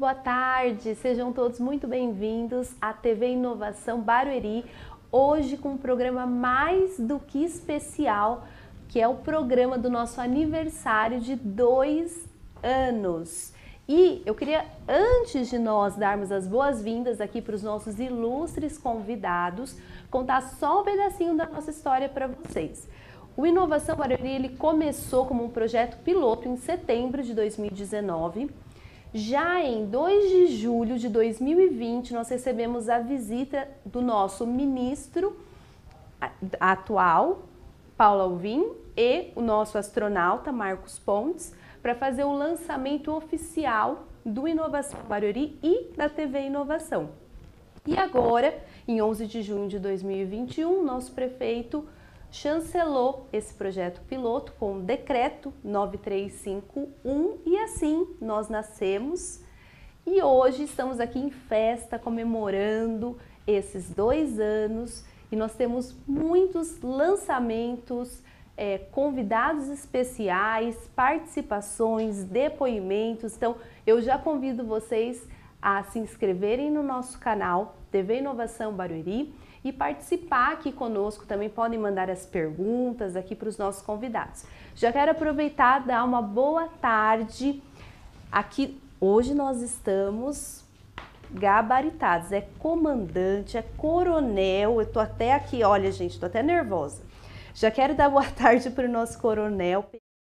boa tarde, sejam todos muito bem-vindos à TV Inovação Barueri, hoje com um programa mais do que especial, que é o programa do nosso aniversário de 2 anos. E eu queria, antes de nós darmos as boas-vindas aqui para os nossos ilustres convidados, contar só um pedacinho da nossa história para vocês. O Inovação Barueri ele começou como um projeto piloto em setembro de 2019. Já em 2 de julho de 2020, nós recebemos a visita do nosso ministro atual, Paulo Alvim, e o nosso astronauta, Marcos Pontes, para fazer o lançamento oficial do Inovação Barueri e da TV Inovação. E agora, em 11 de junho de 2021, nosso prefeito chancelou esse projeto piloto com o decreto 9351 e assim nós nascemos e hoje estamos aqui em festa comemorando esses 2 anos e nós temos muitos lançamentos, convidados especiais, participações, depoimentos. Então eu já convido vocês a se inscreverem no nosso canal TV Inovação Barueri e participar aqui conosco. Também podem mandar as perguntas aqui para os nossos convidados. Já quero aproveitar e dar uma boa tarde. Aqui hoje nós estamos gabaritados, é comandante, é coronel, eu tô até aqui, olha gente, tô até nervosa. Já quero dar boa tarde para o nosso coronel,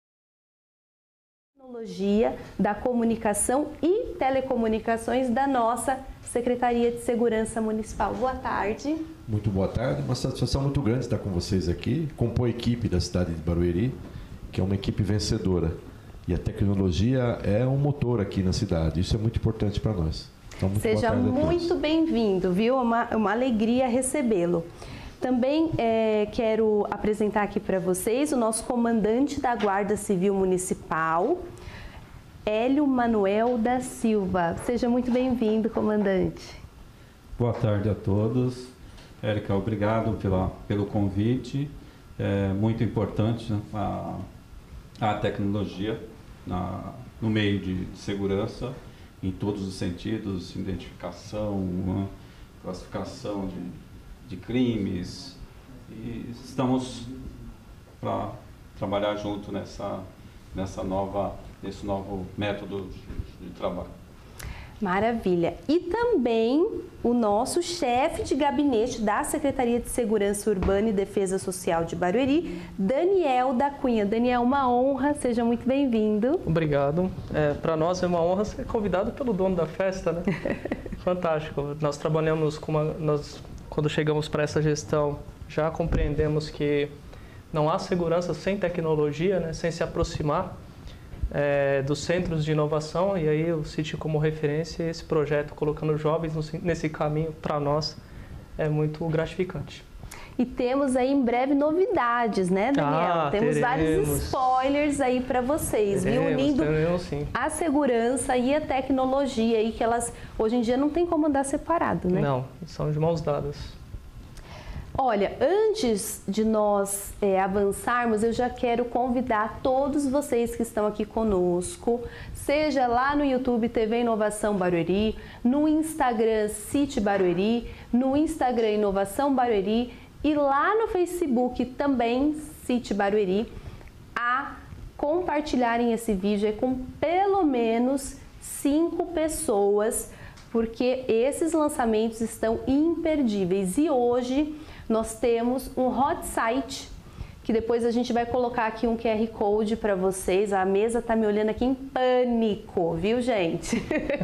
tecnologia da comunicação e telecomunicações da nossa Secretaria de Segurança Municipal. Boa tarde. Muito boa tarde, uma satisfação muito grande estar com vocês aqui, compor a equipe da cidade de Barueri, que é uma equipe vencedora. E a tecnologia é um motor aqui na cidade, isso é muito importante para nós. Então, muito Seja muito bem-vindo, viu? Uma alegria recebê-lo. Também quero apresentar aqui para vocês o nosso comandante da Guarda Civil Municipal, Hélio Manuel da Silva. Seja muito bem-vindo, comandante. Boa tarde a todos. Érica, obrigado pelo convite. É muito importante, né, a tecnologia no meio de segurança, em todos os sentidos, identificação, classificação de crimes. E estamos para trabalhar junto nesse novo método de trabalho. Maravilha. E também o nosso chefe de gabinete da Secretaria de Segurança Urbana e Defesa Social de Barueri, Daniel da Cunha. Daniel, uma honra, seja muito bem-vindo. Obrigado. Para nós é uma honra ser convidado pelo dono da festa, né? Fantástico. Nós trabalhamos quando chegamos para essa gestão, já compreendemos que não há segurança sem tecnologia, né? Sem se aproximar dos centros de inovação, e aí o CIT como referência, esse projeto colocando jovens nesse caminho, para nós é muito gratificante. E temos aí em breve novidades, né, Daniel? Temos vários spoilers aí para vocês, viu? Unindo a segurança e a tecnologia aí, que elas hoje em dia não tem como andar separado, né? Não, são de mãos dadas. Olha, antes de nós avançarmos, eu já quero convidar todos vocês que estão aqui conosco, seja lá no YouTube TV Inovação Barueri, no Instagram CIT Barueri, no Instagram Inovação Barueri e lá no Facebook também CIT Barueri, a compartilharem esse vídeo com pelo menos 5 pessoas, porque esses lançamentos estão imperdíveis. E hoje nós temos um hot site, que depois a gente vai colocar aqui um QR Code para vocês. A mesa tá me olhando aqui em pânico, viu, gente?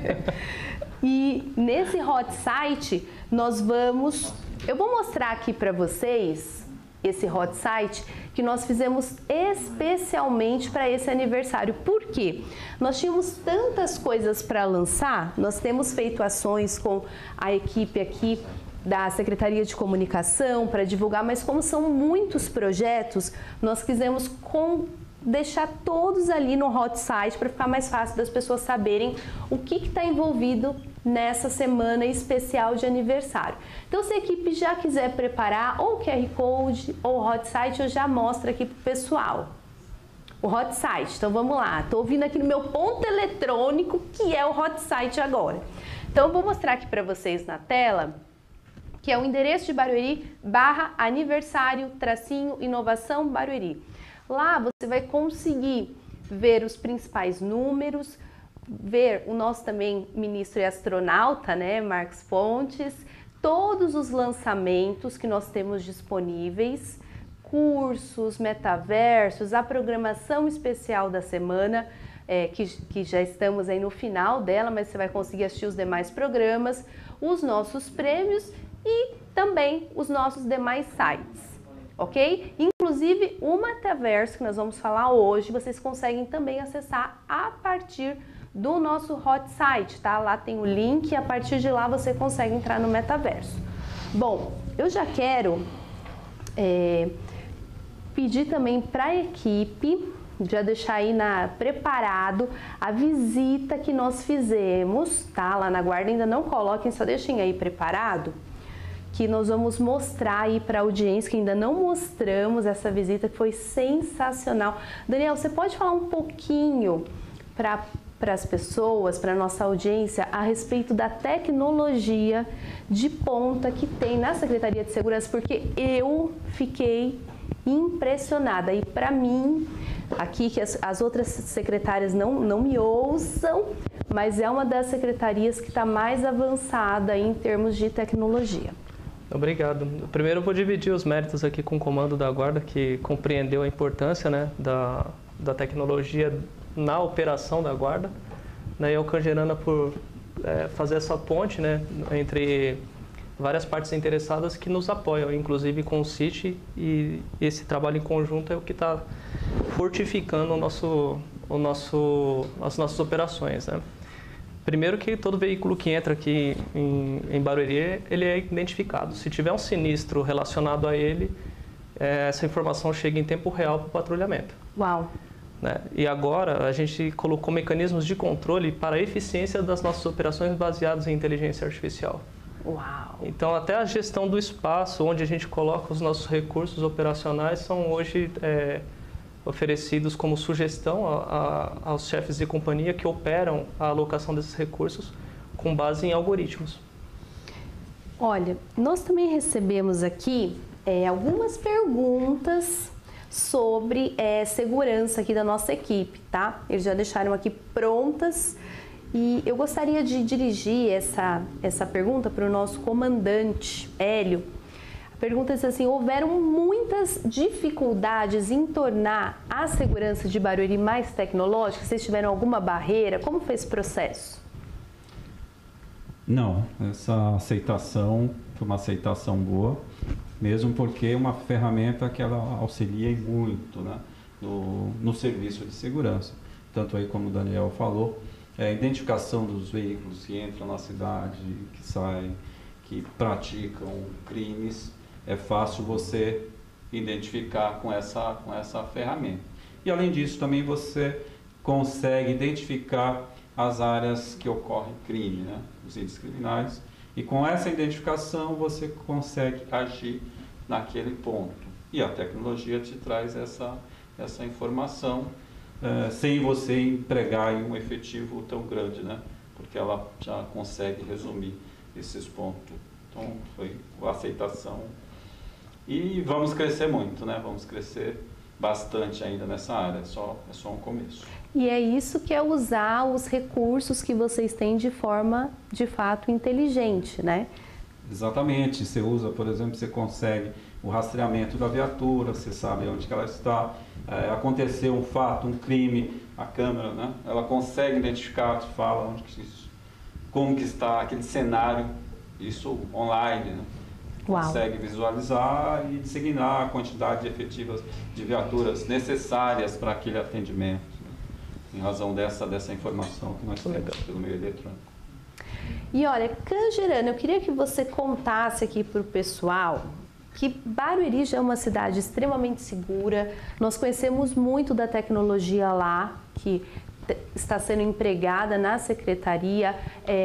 E nesse hot site eu vou mostrar aqui para vocês esse hot site que nós fizemos especialmente para esse aniversário. Por quê? Nós tínhamos tantas coisas para lançar, nós temos feito ações com a equipe aqui da Secretaria de Comunicação para divulgar, mas como são muitos projetos, nós quisemos deixar todos ali no hot site para ficar mais fácil das pessoas saberem o que está envolvido nessa semana especial de aniversário. Então, se a equipe já quiser preparar ou o QR Code ou o hot site, eu já mostro aqui para o pessoal. O hot site. Então vamos lá, estou vindo aqui no meu ponto eletrônico, que é o hot site agora. Então eu vou mostrar aqui para vocês na tela, que é o endereço de Barueri /aniversário-inovação Barueri. Lá você vai conseguir ver os principais números, ver o nosso também ministro e astronauta, né, Marcos Pontes, todos os lançamentos que nós temos disponíveis, cursos, metaversos, a programação especial da semana, que já estamos aí no final dela, mas você vai conseguir assistir os demais programas, os nossos prêmios e também os nossos demais sites, ok? Inclusive o metaverso que nós vamos falar hoje, vocês conseguem também acessar a partir do nosso hot site, tá? Lá tem o link e a partir de lá você consegue entrar no metaverso. Bom, eu já quero pedir também para a equipe, já deixar aí preparado a visita que nós fizemos, tá? Lá na guarda, ainda não coloquem, só deixem aí preparado, que nós vamos mostrar aí para a audiência, que ainda não mostramos essa visita, que foi sensacional. Daniel, você pode falar um pouquinho para as pessoas, para a nossa audiência, a respeito da tecnologia de ponta que tem na Secretaria de Segurança, porque eu fiquei impressionada. E para mim, aqui que as outras secretárias não me ouçam, mas é uma das secretarias que está mais avançada em termos de tecnologia. Obrigado. Primeiro eu vou dividir os méritos aqui com o comando da Guarda, que compreendeu a importância, né, da tecnologia na operação da Guarda, né, e ao Cangerana por fazer essa ponte, né, entre várias partes interessadas que nos apoiam, inclusive com o CIT, e esse trabalho em conjunto é o que está fortificando as nossas operações, né. Primeiro que todo veículo que entra aqui em Barueri, ele é identificado. Se tiver um sinistro relacionado a ele, essa informação chega em tempo real para o patrulhamento. Uau! Né? E agora a gente colocou mecanismos de controle para a eficiência das nossas operações baseadas em inteligência artificial. Uau! Então até a gestão do espaço, onde a gente coloca os nossos recursos operacionais, são hoje oferecidos como sugestão aos chefes de companhia que operam a alocação desses recursos com base em algoritmos. Olha, nós também recebemos aqui algumas perguntas sobre segurança aqui da nossa equipe, tá? Eles já deixaram aqui prontas e eu gostaria de dirigir essa pergunta para o nosso comandante, Hélio. A pergunta é assim: houveram muitas dificuldades em tornar a segurança de Barueri mais tecnológica? Vocês tiveram alguma barreira? Como foi esse processo? Não, essa aceitação foi uma aceitação boa, mesmo porque é uma ferramenta que ela auxilia muito, né, no serviço de segurança. Tanto aí como o Daniel falou, a identificação dos veículos que entram na cidade, que saem, que praticam crimes, é fácil você identificar com essa ferramenta. E além disso, também você consegue identificar as áreas que ocorrem crime, né? Os índices criminais. E com essa identificação você consegue agir naquele ponto. E a tecnologia te traz essa informação sem você empregar em um efetivo tão grande, né? Porque ela já consegue resumir esses pontos. Então foi a aceitação. E vamos crescer muito, né? Vamos crescer bastante ainda nessa área, é só um começo. E é isso que é usar os recursos que vocês têm de forma, de fato, inteligente, né? Exatamente. Você usa, por exemplo, você consegue o rastreamento da viatura, você sabe onde que ela está. Aconteceu um fato, um crime, a câmera, né? Ela consegue identificar, te fala como que está aquele cenário, isso online, né? Uau. Consegue visualizar e designar a quantidade efetiva de viaturas necessárias para aquele atendimento, né? Em razão dessa informação que nós temos pelo meio eletrônico. E olha, Cangerana, eu queria que você contasse aqui para o pessoal que Barueri já é uma cidade extremamente segura. Nós conhecemos muito da tecnologia lá, que está sendo empregada na secretaria.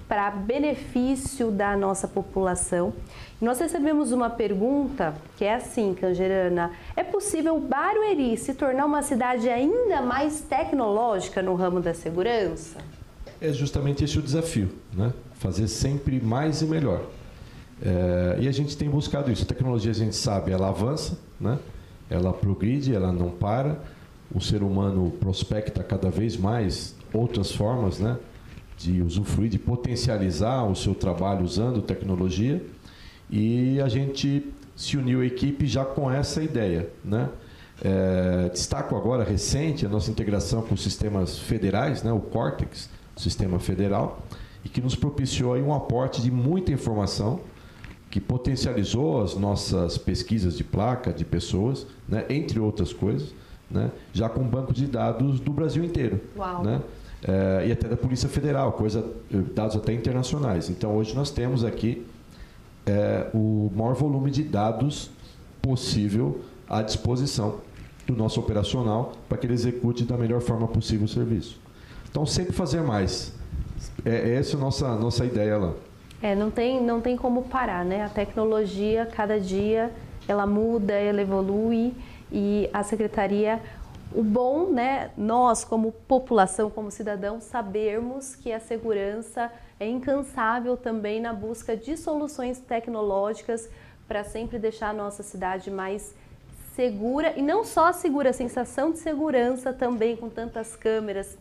para benefício da nossa população. E nós recebemos uma pergunta que é assim, Cangerana: é possível Barueri se tornar uma cidade ainda mais tecnológica no ramo da segurança? É justamente esse o desafio, né? Fazer sempre mais e melhor. E a gente tem buscado isso. A tecnologia, a gente sabe, ela avança, né? Ela progride, ela não para. O ser humano prospecta cada vez mais outras formas, né, de usufruir, de potencializar o seu trabalho usando tecnologia. E a gente se uniu à equipe já com essa ideia, né? Destaco agora, recente, a nossa integração com os sistemas federais, né, o Cortex, o sistema federal, e que nos propiciou aí um aporte de muita informação que potencializou as nossas pesquisas de placa de pessoas, né, entre outras coisas, né, já com banco de dados do Brasil inteiro. Uau. Né, e até da Polícia Federal, dados até internacionais. Então, hoje nós temos aqui o maior volume de dados possível à disposição do nosso operacional para que ele execute da melhor forma possível o serviço. Então, sempre fazer mais. Essa é a nossa ideia lá. Não tem como parar, né? A tecnologia, cada dia, ela muda, ela evolui, e a Secretaria, o bom, né, nós como população, como cidadãos, sabermos que a segurança é incansável também na busca de soluções tecnológicas para sempre deixar a nossa cidade mais segura, e não só segura, a sensação de segurança também, com tantas câmeras,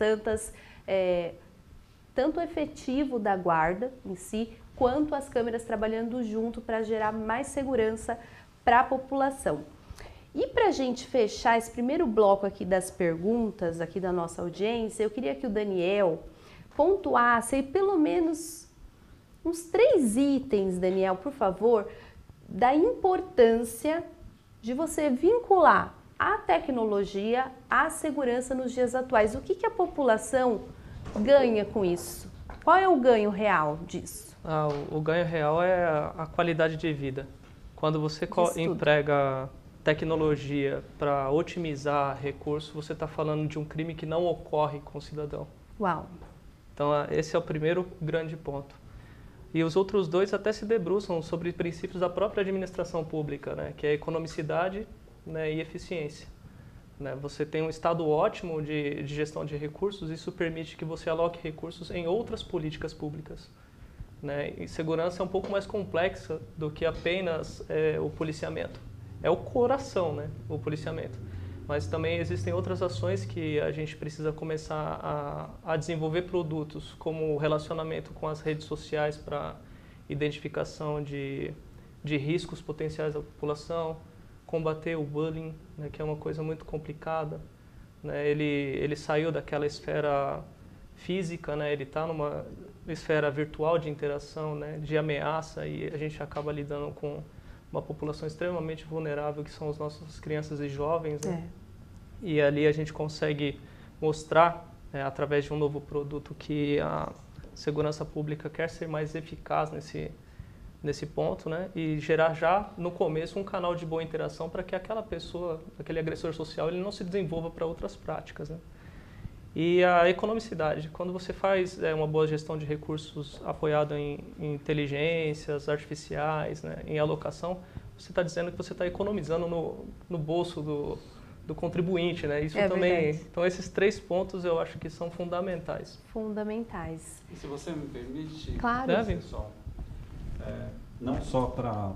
tanto efetivo da guarda em si, quanto as câmeras trabalhando junto para gerar mais segurança para a população. E para a gente fechar esse primeiro bloco aqui das perguntas aqui da nossa audiência, eu queria que o Daniel pontuasse aí pelo menos uns 3 itens, Daniel, por favor, da importância de você vincular a tecnologia à segurança nos dias atuais. O que a população ganha com isso? Qual é o ganho real disso? O ganho real é a qualidade de vida. Quando você emprega tecnologia para otimizar recursos, você está falando de um crime que não ocorre com o cidadão. Uau! Então, esse é o primeiro grande ponto. E os outros 2 até se debruçam sobre princípios da própria administração pública, né, que é economicidade, né, e eficiência. Né, você tem um estado ótimo de gestão de recursos, isso permite que você aloque recursos em outras políticas públicas. Né, e segurança é um pouco mais complexa do que apenas o policiamento. É o coração, né, o policiamento. Mas também existem outras ações que a gente precisa começar a desenvolver produtos, como o relacionamento com as redes sociais para identificação de riscos potenciais da população, combater o bullying, né, que é uma coisa muito complicada. Né, ele saiu daquela esfera física, né, ele está numa esfera virtual de interação, né, de ameaça, e a gente acaba lidando com uma população extremamente vulnerável, que são as nossas crianças e jovens, né? E ali a gente consegue mostrar, através de um novo produto, que a segurança pública quer ser mais eficaz nesse ponto, né? E gerar já no começo um canal de boa interação para que aquela pessoa, aquele agressor social, ele não se desenvolva para outras práticas, né? E a economicidade, quando você faz uma boa gestão de recursos apoiado em inteligências artificiais, né, em alocação, você está dizendo que você está economizando no bolso do contribuinte, né? Isso também. Verdade. Então esses 3 pontos eu acho que são fundamentais. Fundamentais. E se você me permite, claro, pessoal, não só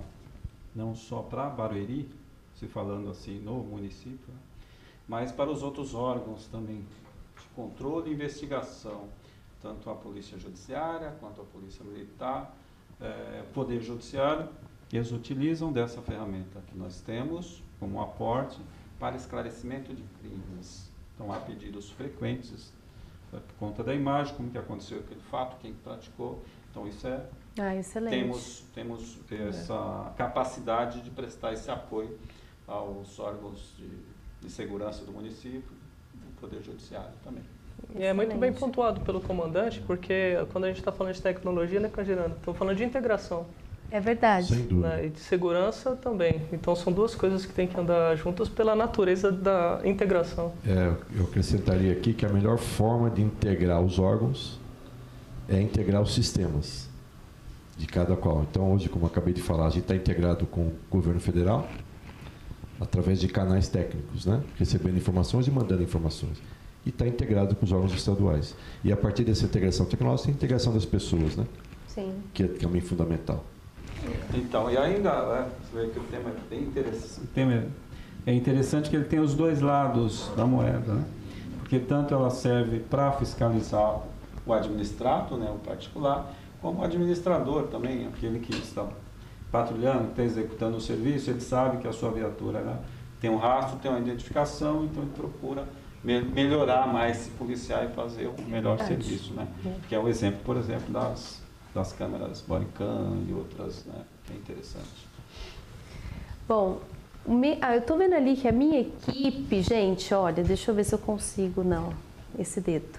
para Barueri, se falando assim no município, mas para os outros órgãos também. Controle e investigação, tanto a Polícia Judiciária quanto a Polícia Militar, Poder Judiciário, eles utilizam dessa ferramenta que nós temos como aporte para esclarecimento de crimes. Então, há pedidos frequentes por conta da imagem, como que aconteceu aquele fato, quem praticou. Então, isso excelente. Temos essa capacidade de prestar esse apoio aos órgãos de segurança do município, Poder Judiciário também. E é muito bem pontuado pelo comandante, porque quando a gente está falando de tecnologia, né, Cangerana? Estamos falando de integração. É verdade. Sem dúvida. Né, e de segurança também. Então são 2 coisas que têm que andar juntas pela natureza da integração. Eu acrescentaria aqui que a melhor forma de integrar os órgãos é integrar os sistemas de cada qual. Então, hoje, como eu acabei de falar, a gente está integrado com o governo federal, através de canais técnicos, né? Recebendo informações e mandando informações. E está integrado com os órgãos estaduais. E a partir dessa integração tecnológica, tem a integração das pessoas, né? Sim. Que é também fundamental. Então, e ainda, você vê que o tema é bem interessante. O tema é interessante que ele tem os dois lados da moeda, né? Porque tanto ela serve para fiscalizar o administrado, né, o particular, como o administrador também, aquele que está patrulhando, que está executando o serviço, ele sabe que a sua viatura tem um rastro, tem uma identificação, então ele procura melhorar mais, se policiar e fazer o melhor serviço, né? Que é o exemplo, por exemplo, das câmeras bodycam e outras, né? Que é interessante. Bom, eu estou vendo ali que a minha equipe, gente, olha, deixa eu ver se eu consigo, não, esse dedo.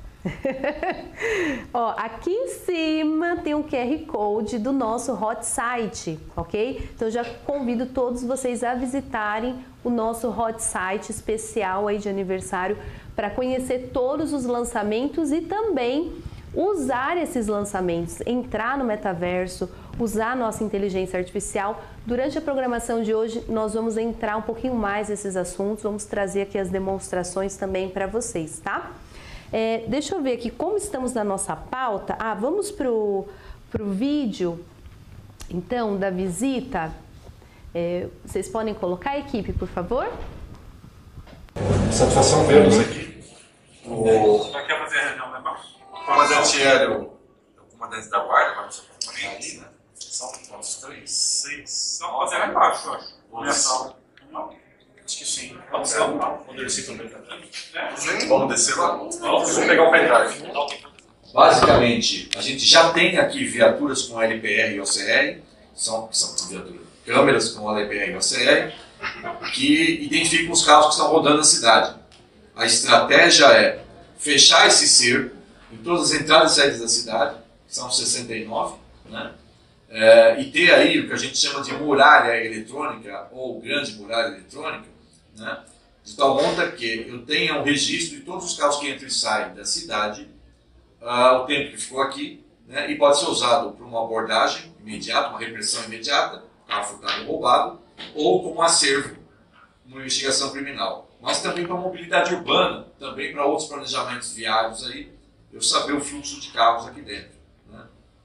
Ó, aqui em cima tem um QR Code do nosso hot site, ok? Então já convido todos vocês a visitarem o nosso hot site especial aí de aniversário para conhecer todos os lançamentos e também usar esses lançamentos, entrar no metaverso, usar a nossa inteligência artificial. Durante a programação de hoje nós vamos entrar um pouquinho mais nesses assuntos, vamos trazer aqui as demonstrações também para vocês, tá? Deixa eu ver aqui como estamos na nossa pauta. Vamos pro vídeo, então, da visita. Vocês podem colocar a equipe, por favor? Satisfação vê-los aqui. Você quer fazer a reunião da baixa? O comandante Hélio, o comandante da guarda, vai nos acompanhar aí, né? São uns 3, 6. Vamos fazer lá embaixo, eu acho. Começar. Acho que sim. Vamos descer também. Vamos descer lá? Vamos pegar o pendrive. Basicamente, a gente já tem aqui viaturas com LPR e OCR, são viaturas, câmeras com LPR e OCR, que identificam os carros que estão rodando na cidade. A estratégia é fechar esse cerco em todas as entradas e saídas da cidade, que são 69, né? E ter aí o que a gente chama de muralha eletrônica ou grande muralha eletrônica, né? De tal monta que eu tenha um registro de todos os carros que entram e saem da cidade, o tempo que ficou aqui, né? E pode ser usado para uma abordagem imediata, uma repressão imediata, carro furtado ou roubado, ou como acervo, uma investigação criminal. Mas também para mobilidade urbana, também para outros planejamentos viários aí, eu saber o fluxo de carros aqui dentro, né?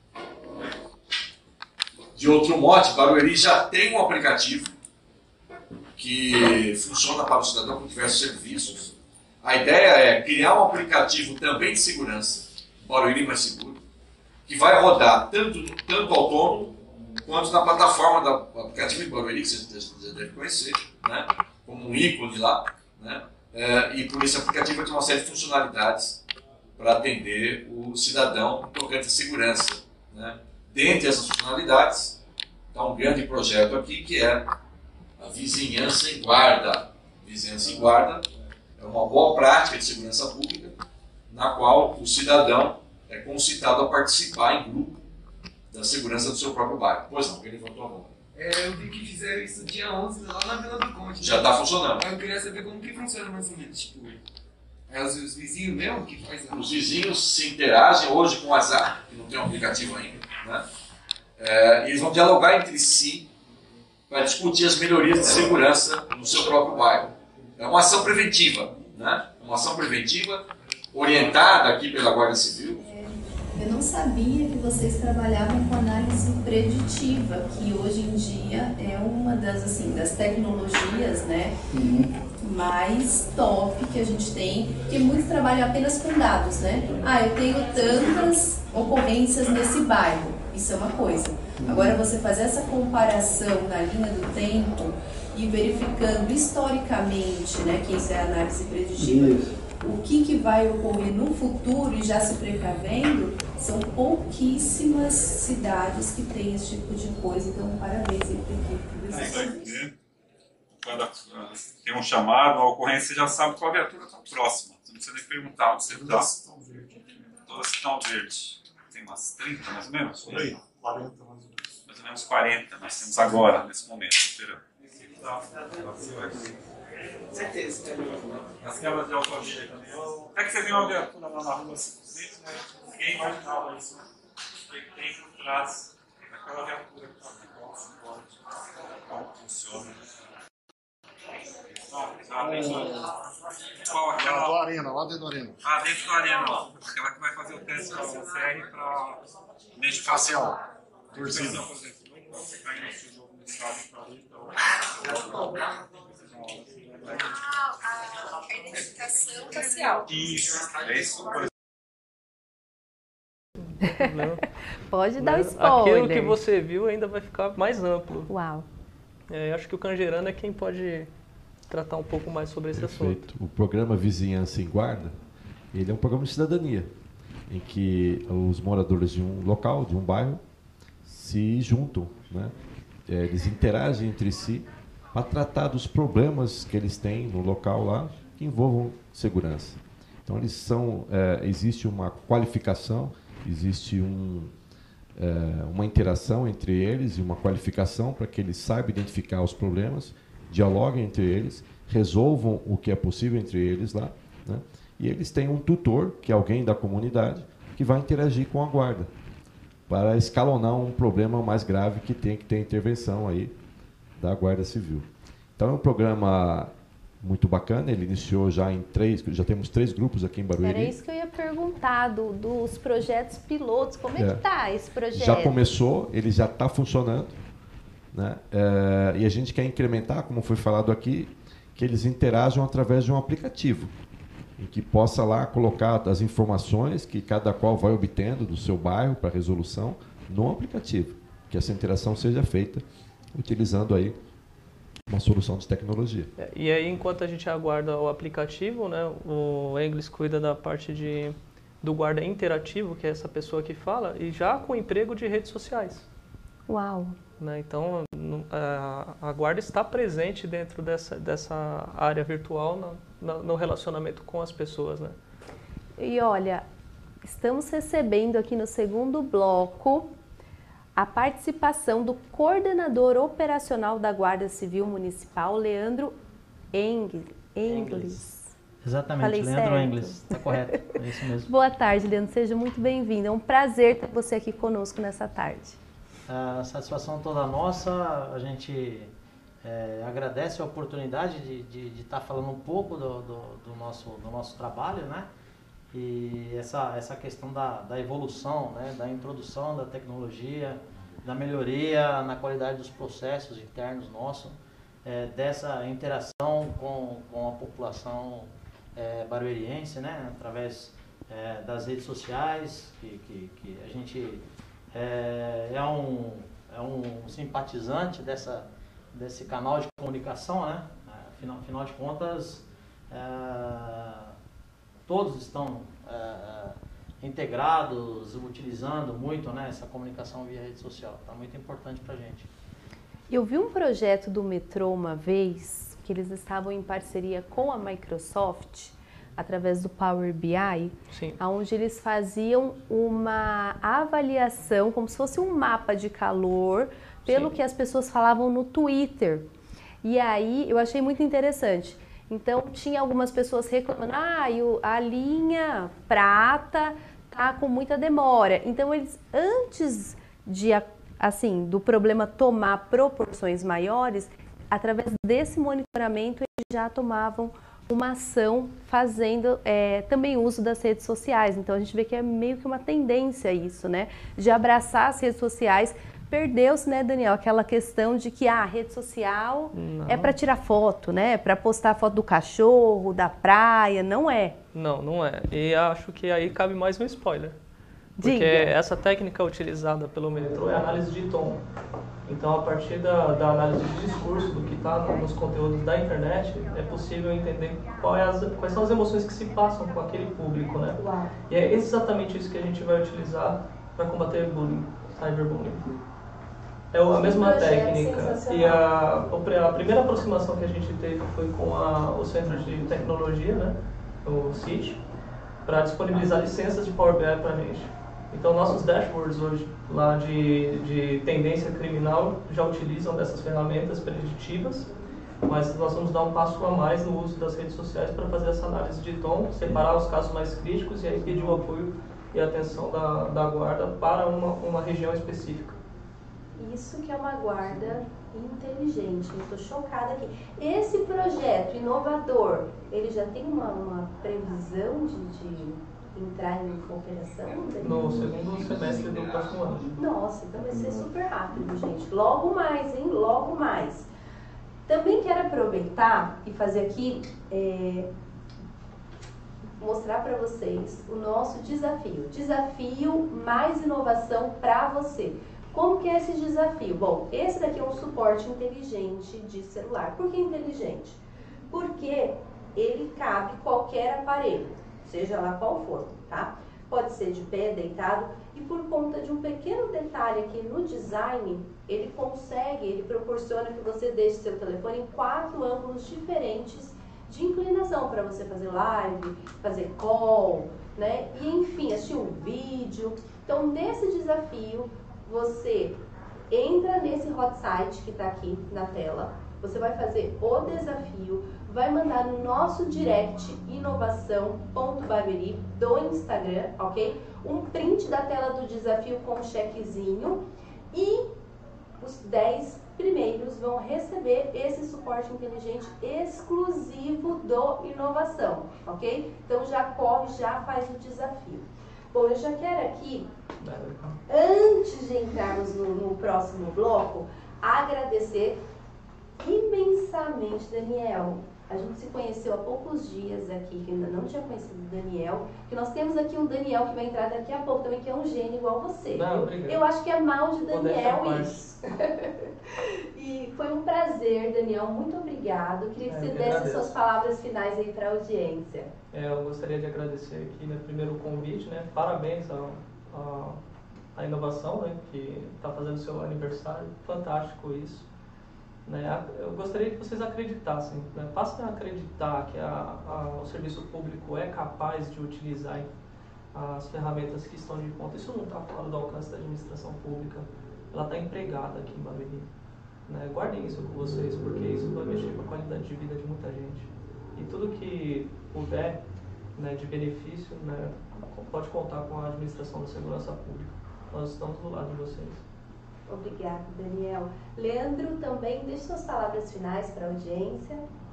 De outro modo, Barueri já tem um aplicativo que funciona para o cidadão com diversos serviços. A ideia é criar um aplicativo também de segurança, Barueri Mais Seguro, que vai rodar tanto autônomo quanto na plataforma do aplicativo de Barueri, que você já deve conhecer, né? Como um ícone lá, né? E por esse aplicativo vai ter uma série de funcionalidades para atender o cidadão tocante à segurança, né? Dentre essas funcionalidades, está um grande projeto aqui que é a vizinhança em guarda. Vizinhança em guarda é uma boa prática de segurança pública, na qual o cidadão é concitado a participar em grupo da segurança do seu próprio bairro. Pois não, alguém levantou a mão. Eu vi que fizeram isso dia 11 lá na Vila do Conde. Já está funcionando. Eu queria saber como que funciona mais ou menos. Tipo, os vizinhos mesmo que fazem? Os vizinhos se interagem hoje com o WhatsApp, que não tem um aplicativo ainda, né? Eles vão dialogar entre si para discutir as melhorias de segurança no seu próprio bairro. É uma ação preventiva, né? Uma ação preventiva orientada aqui pela Guarda Civil. Eu não sabia que vocês trabalhavam com análise preditiva, que hoje em dia é uma das tecnologias, né, mais top que a gente tem, porque muitos trabalham apenas com dados, né? Eu tenho tantas ocorrências nesse bairro, isso é uma coisa. Agora você fazer essa comparação na linha do tempo e verificando historicamente, né, que isso é análise preditiva, o que vai ocorrer no futuro e já se precavendo, são pouquíssimas cidades que têm esse tipo de coisa. Então, parabéns aí para a equipe. Quando tem um chamado, uma ocorrência, você já sabe qual viatura está próxima. Você não precisa nem perguntar onde você está. Todas estão verdes. Tem umas 30, mais ou menos? Por aí. 40, mais ou menos. Mais ou menos 40 nós temos agora, nesse momento, esperando. Certeza. As câmeras de autovia também. É que você vê uma viatura lá na rua simplesmente, né? Ninguém imaginava isso. Tem por trás daquela viatura que está com o suporte, como funciona. Qual aquela? Do Arena, lá dentro do Arena. Ah, dentro da Arena, ó. Aquela que vai fazer o teste da CR para identificação. Torcida. Você caindo no jogo no estádio para ali, A identificação facial. Isso, é isso. Pode dar spoiler. Aquilo que você viu ainda vai ficar mais amplo. Uau. Eu acho que o Cangerano é quem pode tratar um pouco mais sobre esse assunto. O programa Vizinhança em Guarda, ele é um programa de cidadania, em que os moradores de um local, de um bairro, se juntam, né? Eles interagem entre si para tratar dos problemas que eles têm no local lá, que envolvam segurança. Então, eles são, existe uma qualificação, existe uma interação entre eles e uma qualificação para que eles saibam identificar os problemas, dialoguem entre eles, resolvam o que é possível entre eles lá, né? E eles têm um tutor, que é alguém da comunidade, que vai interagir com a guarda para escalonar um problema mais grave que tem que ter intervenção aí da Guarda Civil. Então é um programa muito bacana, ele iniciou já já temos 3 grupos aqui em Barueri. Era isso que eu ia perguntar, dos projetos pilotos, como é que está esse projeto? Já começou, ele já está funcionando, né? E a gente quer incrementar, como foi falado aqui, que eles interajam através de um aplicativo, em que possa lá colocar as informações que cada qual vai obtendo do seu bairro para resolução no aplicativo, que essa interação seja feita utilizando aí uma solução de tecnologia. E aí, enquanto a gente aguarda o aplicativo, né, o Englis cuida da parte do guarda interativo, que é essa pessoa que fala, e já com emprego de redes sociais. Uau! Né, então, a guarda está presente dentro dessa área virtual no relacionamento com as pessoas. Né? E olha, estamos recebendo aqui no segundo bloco a participação do coordenador operacional da Guarda Civil Municipal, Leandro Englis. Exatamente, Falei Leandro certo? Englis, está correto, é isso mesmo. Boa tarde, Leandro, seja muito bem-vindo. É um prazer ter você aqui conosco nessa tarde. A satisfação toda nossa, a gente agradece a oportunidade de estar falando um pouco do nosso trabalho, né? E essa questão da evolução, né? Da introdução da tecnologia, da melhoria na qualidade dos processos internos nossos, dessa interação com a população barueriense, né? Através das redes sociais, que a gente é um simpatizante desse canal de comunicação, né? Afinal de contas, todos estão integrados, utilizando muito, né, essa comunicação via rede social. Está muito importante para a gente. Eu vi um projeto do metrô uma vez, que eles estavam em parceria com a Microsoft, através do Power BI, onde eles faziam uma avaliação, como se fosse um mapa de calor, pelo que as pessoas falavam no Twitter. E aí eu achei muito interessante. Então tinha algumas pessoas reclamando, a linha prata tá com muita demora. Então eles, antes de do problema tomar proporções maiores, através desse monitoramento eles já tomavam uma ação fazendo também uso das redes sociais. Então a gente vê que é meio que uma tendência isso, né? De abraçar as redes sociais. Perdeu-se, né, Daniel, aquela questão de que a rede social é para tirar foto, né? Para postar foto do cachorro, da praia, não é? Não é. E acho que aí cabe mais um spoiler. Porque Diga. essa técnica utilizada pelo metrô é a análise de tom. Então, a partir da análise de discurso, do que está nos conteúdos da internet, é possível entender quais são as emoções que se passam com aquele público, né? Uau. E é exatamente isso que a gente vai utilizar para combater bullying, cyberbullying. É a mesma técnica. E a primeira aproximação que a gente teve foi com o Centro de Tecnologia, né? O CIT, para disponibilizar licenças de Power BI para a gente. Então, nossos dashboards hoje, lá de tendência criminal, já utilizam dessas ferramentas preditivas, mas nós vamos dar um passo a mais no uso das redes sociais para fazer essa análise de tom, separar os casos mais críticos e aí pedir o apoio e atenção da guarda para uma região específica. Isso que é uma guarda inteligente, eu estou chocada aqui. Esse projeto inovador, ele já tem uma previsão de entrar em operação? No segundo semestre do próximo ano. Nossa, então vai ser super rápido, gente. Logo mais, hein? Logo mais. Também quero aproveitar e fazer aqui, mostrar para vocês o nosso desafio. Desafio mais inovação para você. Como que é esse desafio? Bom, esse daqui é um suporte inteligente de celular. Por que inteligente? Porque ele cabe qualquer aparelho, seja lá qual for, tá? Pode ser de pé, deitado, e por conta de um pequeno detalhe aqui no design, ele proporciona que você deixe seu telefone em 4 ângulos diferentes de inclinação para você fazer live, fazer call, né? E enfim, assistir um vídeo. Então, nesse desafio, você entra nesse hot site que está aqui na tela, você vai fazer o desafio, vai mandar no nosso direct inovação.barueri do Instagram, ok? Um print da tela do desafio com um chequezinho e os 10 primeiros vão receber esse suporte inteligente exclusivo do Inovação, ok? Então já corre, já faz o desafio. Bom, eu já quero aqui, antes de entrarmos no próximo bloco, agradecer imensamente, Daniel. A gente se conheceu há poucos dias aqui, que ainda não tinha conhecido o Daniel, que nós temos aqui um Daniel que vai entrar daqui a pouco também, que é um gênio igual você. Não, eu acho que é mal de Daniel isso. E foi um prazer, Daniel, muito obrigado. Queria que você desse suas palavras finais aí para a audiência. Eu gostaria de agradecer aqui, né, primeiro o convite, né, parabéns à inovação, né, que está fazendo seu aniversário, fantástico isso. Né, eu gostaria que vocês acreditassem, né, passem a acreditar que o serviço público é capaz de utilizar as ferramentas que estão de ponta. Isso não está fora do alcance da administração pública, ela está empregada aqui em Barueri. Né, guardem isso com vocês, porque isso vai mexer com a qualidade de vida de muita gente. E tudo que puder, né, de benefício, né, pode contar com a administração da segurança pública. Nós estamos do lado de vocês. Obrigada, Daniel. Leandro, também deixe suas palavras finais para a audiência.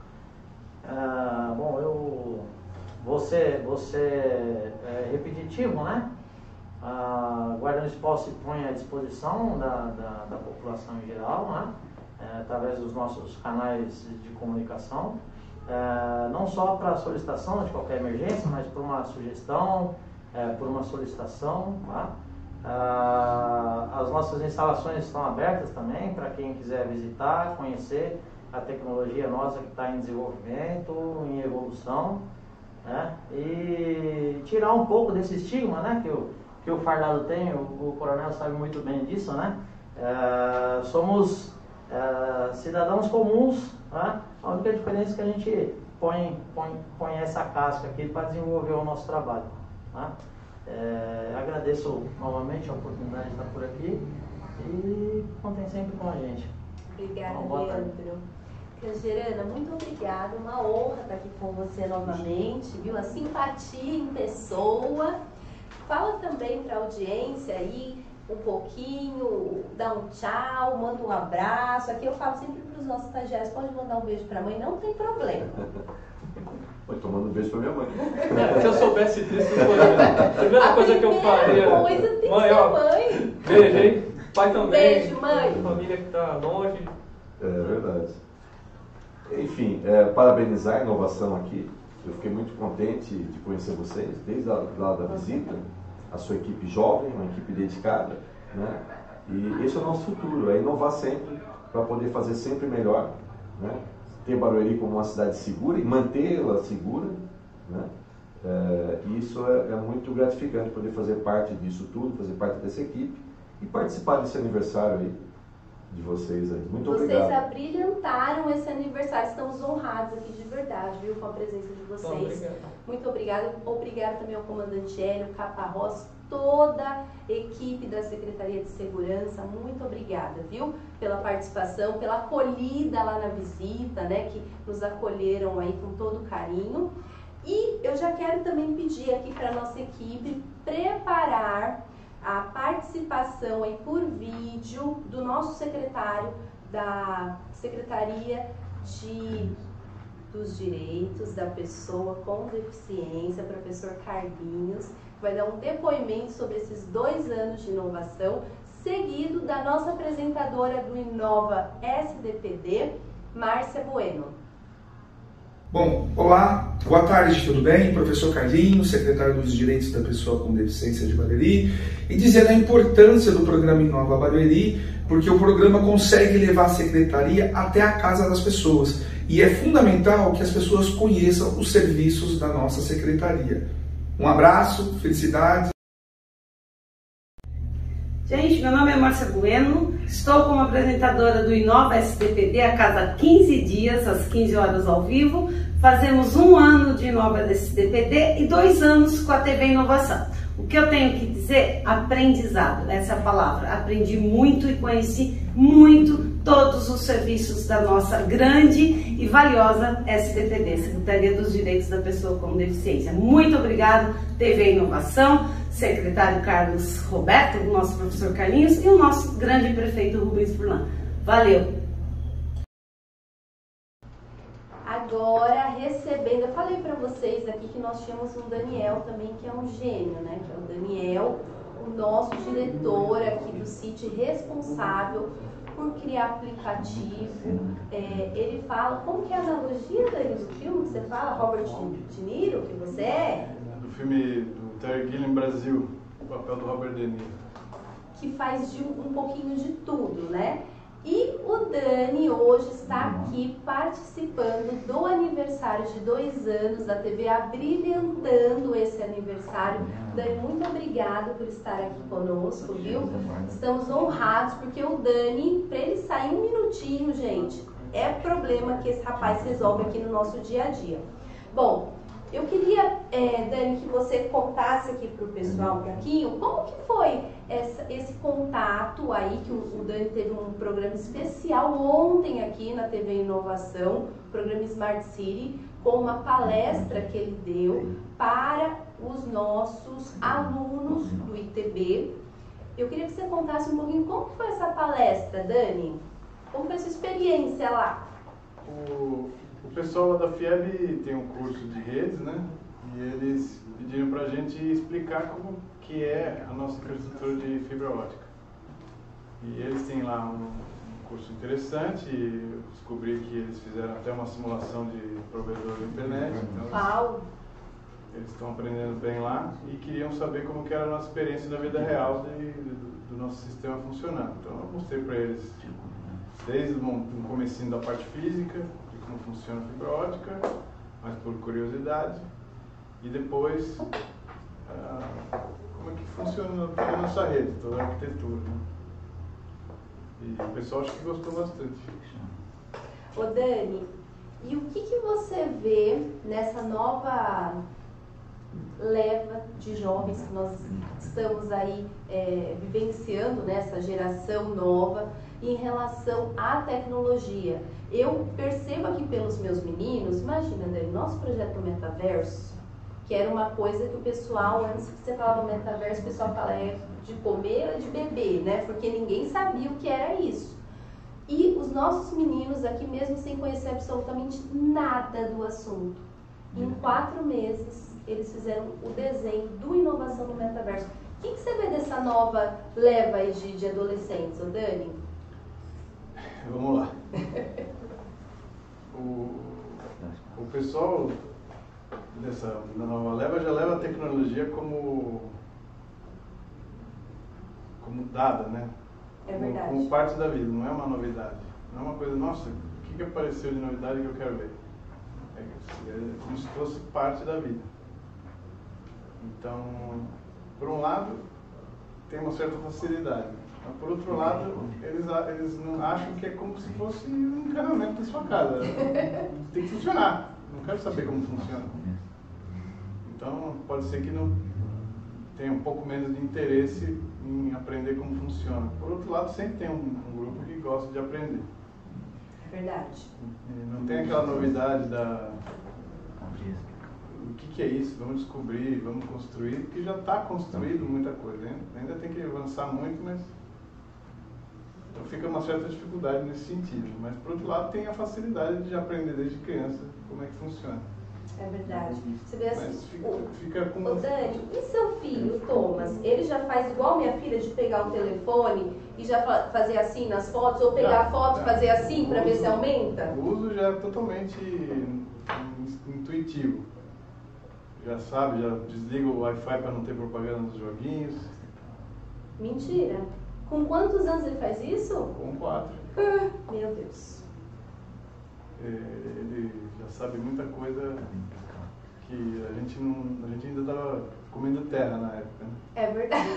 Bom, eu vou ser repetitivo, né? A Guarda Municipal se põe à disposição da população em geral, né? Através dos nossos canais de comunicação, não só para solicitação de qualquer emergência, mas por uma sugestão, por uma solicitação, tá? As nossas instalações estão abertas também para quem quiser visitar, conhecer a tecnologia nossa que está em desenvolvimento, em evolução, né? E tirar um pouco desse estigma, né, que o fardado tem, o coronel sabe muito bem disso, né? Somos cidadãos comuns, né? A única diferença é que a gente põe essa casca aqui para desenvolver o nosso trabalho, né? Agradeço novamente a oportunidade de estar por aqui e contem sempre com a gente. Obrigada, Leandro. Cangerana, muito obrigada, uma honra estar aqui com você novamente, viu? A simpatia em pessoa. Fala também para a audiência aí um pouquinho, dá um tchau, manda um abraço. Aqui eu falo sempre para os nossos estagiários, pode mandar um beijo para a mãe, não tem problema. Vou tomando um beijo pra minha mãe. Se eu soubesse disso, a primeira coisa que eu faria. Coisa tem mãe, ó, mãe. Beijo, hein? Pai também. Beijo, mãe. Família que está longe. É verdade. Enfim, parabenizar a inovação aqui. Eu fiquei muito contente de conhecer vocês, desde lá da visita, a sua equipe jovem, uma equipe dedicada, né? E esse é o nosso futuro, é inovar sempre para poder fazer sempre melhor, né? Ter Barueri como uma cidade segura e mantê-la segura, né? E isso é muito gratificante poder fazer parte disso tudo, fazer parte dessa equipe e participar desse aniversário aí de vocês aí. Muito obrigado. Vocês abrilhantaram esse aniversário, estamos honrados aqui de verdade, viu, com a presença de vocês. Muito obrigada. Obrigada também ao comandante Hélio, Caparrós, toda a equipe da Secretaria de Segurança, muito obrigada, viu, pela participação, pela acolhida lá na visita, né, que nos acolheram aí com todo carinho. E eu já quero também pedir aqui para a nossa equipe preparar a participação aí por vídeo do nosso secretário da Secretaria dos Direitos da Pessoa com Deficiência, professor Carlinhos, que vai dar um depoimento sobre esses 2 anos de inovação, seguido da nossa apresentadora do Inova SDPD, Márcia Bueno. Bom, olá, boa tarde, tudo bem? Professor Carlinhos, secretário dos Direitos da Pessoa com Deficiência de Barueri, e dizer a importância do programa Inova Barueri, porque o programa consegue levar a secretaria até a casa das pessoas, e é fundamental que as pessoas conheçam os serviços da nossa secretaria. Um abraço, felicidades. Gente, meu nome é Márcia Bueno, estou como apresentadora do Inova SDPD a cada 15 dias, às 15 horas ao vivo. Fazemos 1 ano de Inova SDPD e 2 anos com a TV Inovação. O que eu tenho que dizer? Aprendizado, essa é a palavra. Aprendi muito e conheci muito todos os serviços da nossa grande e valiosa SDPD, Secretaria dos Direitos da Pessoa com Deficiência. Muito obrigado, TV Inovação, secretário Carlos Roberto, o nosso professor Carlinhos e o nosso grande prefeito Rubens Furlan. Valeu! Agora, recebendo, eu falei para vocês aqui que nós tínhamos um Daniel também, que é um gênio, né? Que é o Daniel, o nosso diretor aqui do CIT, responsável por criar aplicativo. Ele fala, como que é a analogia do filme que você fala, Robert De Niro, que você é? Do filme do Terry Gilliam Brasil, o papel do Robert De Niro. Que faz um pouquinho de tudo, né? E o Dani hoje está aqui participando do aniversário de 2 anos da TV, abrilhantando esse aniversário. Dani, muito obrigada por estar aqui conosco, viu? Estamos honrados, porque o Dani, para ele sair 1 minutinho, gente, é problema que esse rapaz resolve aqui no nosso dia a dia. Bom, eu queria, Dani, que você contasse aqui para o pessoal um pouquinho como que foi esse contato aí, que o Dani teve um programa especial ontem aqui na TV Inovação, programa Smart City, com uma palestra que ele deu para os nossos alunos do ITB. Eu queria que você contasse um pouquinho como foi essa palestra, Dani? Como foi essa experiência lá? O pessoal lá da FIEB tem um curso de redes, né? E eles pediram para a gente explicar como que é a nossa infraestrutura de fibra ótica. E eles têm lá um curso interessante, e eu descobri que eles fizeram até uma simulação de provedor de internet. Então eles estão aprendendo bem lá e queriam saber como que era a nossa experiência da vida real do nosso sistema funcionando. Então eu mostrei para eles desde o comecinho da parte física, como funciona a fibra ótica, mas por curiosidade, e depois como é que funciona toda a nossa rede, toda a arquitetura, né? E o pessoal acho que gostou bastante. Ô Dani, e o que você vê nessa nova leva de jovens que nós estamos aí vivenciando, nessa geração nova, em relação à tecnologia? Eu percebo aqui pelos meus meninos, imagina, Dani, nosso projeto Metaverso, que era uma coisa que o pessoal, antes que você falava metaverso, o pessoal fala de comer ou de beber, né? Porque ninguém sabia o que era isso. E os nossos meninos aqui, mesmo sem conhecer absolutamente nada do assunto, em 4 meses, eles fizeram o desenho do Inovação no Metaverso. O que você vê dessa nova leva aí de adolescentes, ô Dani? Vamos lá. O pessoal da nova leva já leva a tecnologia como dada, né? É verdade. Como parte da vida, não é uma novidade. Não é uma coisa, nossa, o que apareceu de novidade que eu quero ver? É como se fosse parte da vida. Então, por um lado, tem uma certa facilidade. Mas, por outro lado, eles não acham que é como se fosse um encanamento da sua casa. Tem que funcionar. Não quero saber como funciona. Então, pode ser que não tenha um pouco menos de interesse em aprender como funciona. Por outro lado, sempre tem um grupo que gosta de aprender. É verdade. Não tem aquela novidade que é isso, vamos descobrir, vamos construir, porque já está construído muita coisa, ainda tem que avançar muito, mas então fica uma certa dificuldade nesse sentido. Mas, por outro lado, tem a facilidade de aprender desde criança como é que funciona. É verdade. Você vê assim, fica com... Ô Dani, e seu filho, Thomas, ele já faz igual minha filha de pegar o telefone e já fazer assim nas fotos, ou pegar a foto e fazer assim para ver se aumenta? O uso já é totalmente intuitivo. Já sabe, já desliga o Wi-Fi para não ter propaganda nos joguinhos. Mentira. Com quantos anos ele faz isso? Com 4. Meu Deus. Ele já sabe muita coisa que a gente ainda estava comendo terra na época. Né? É verdade.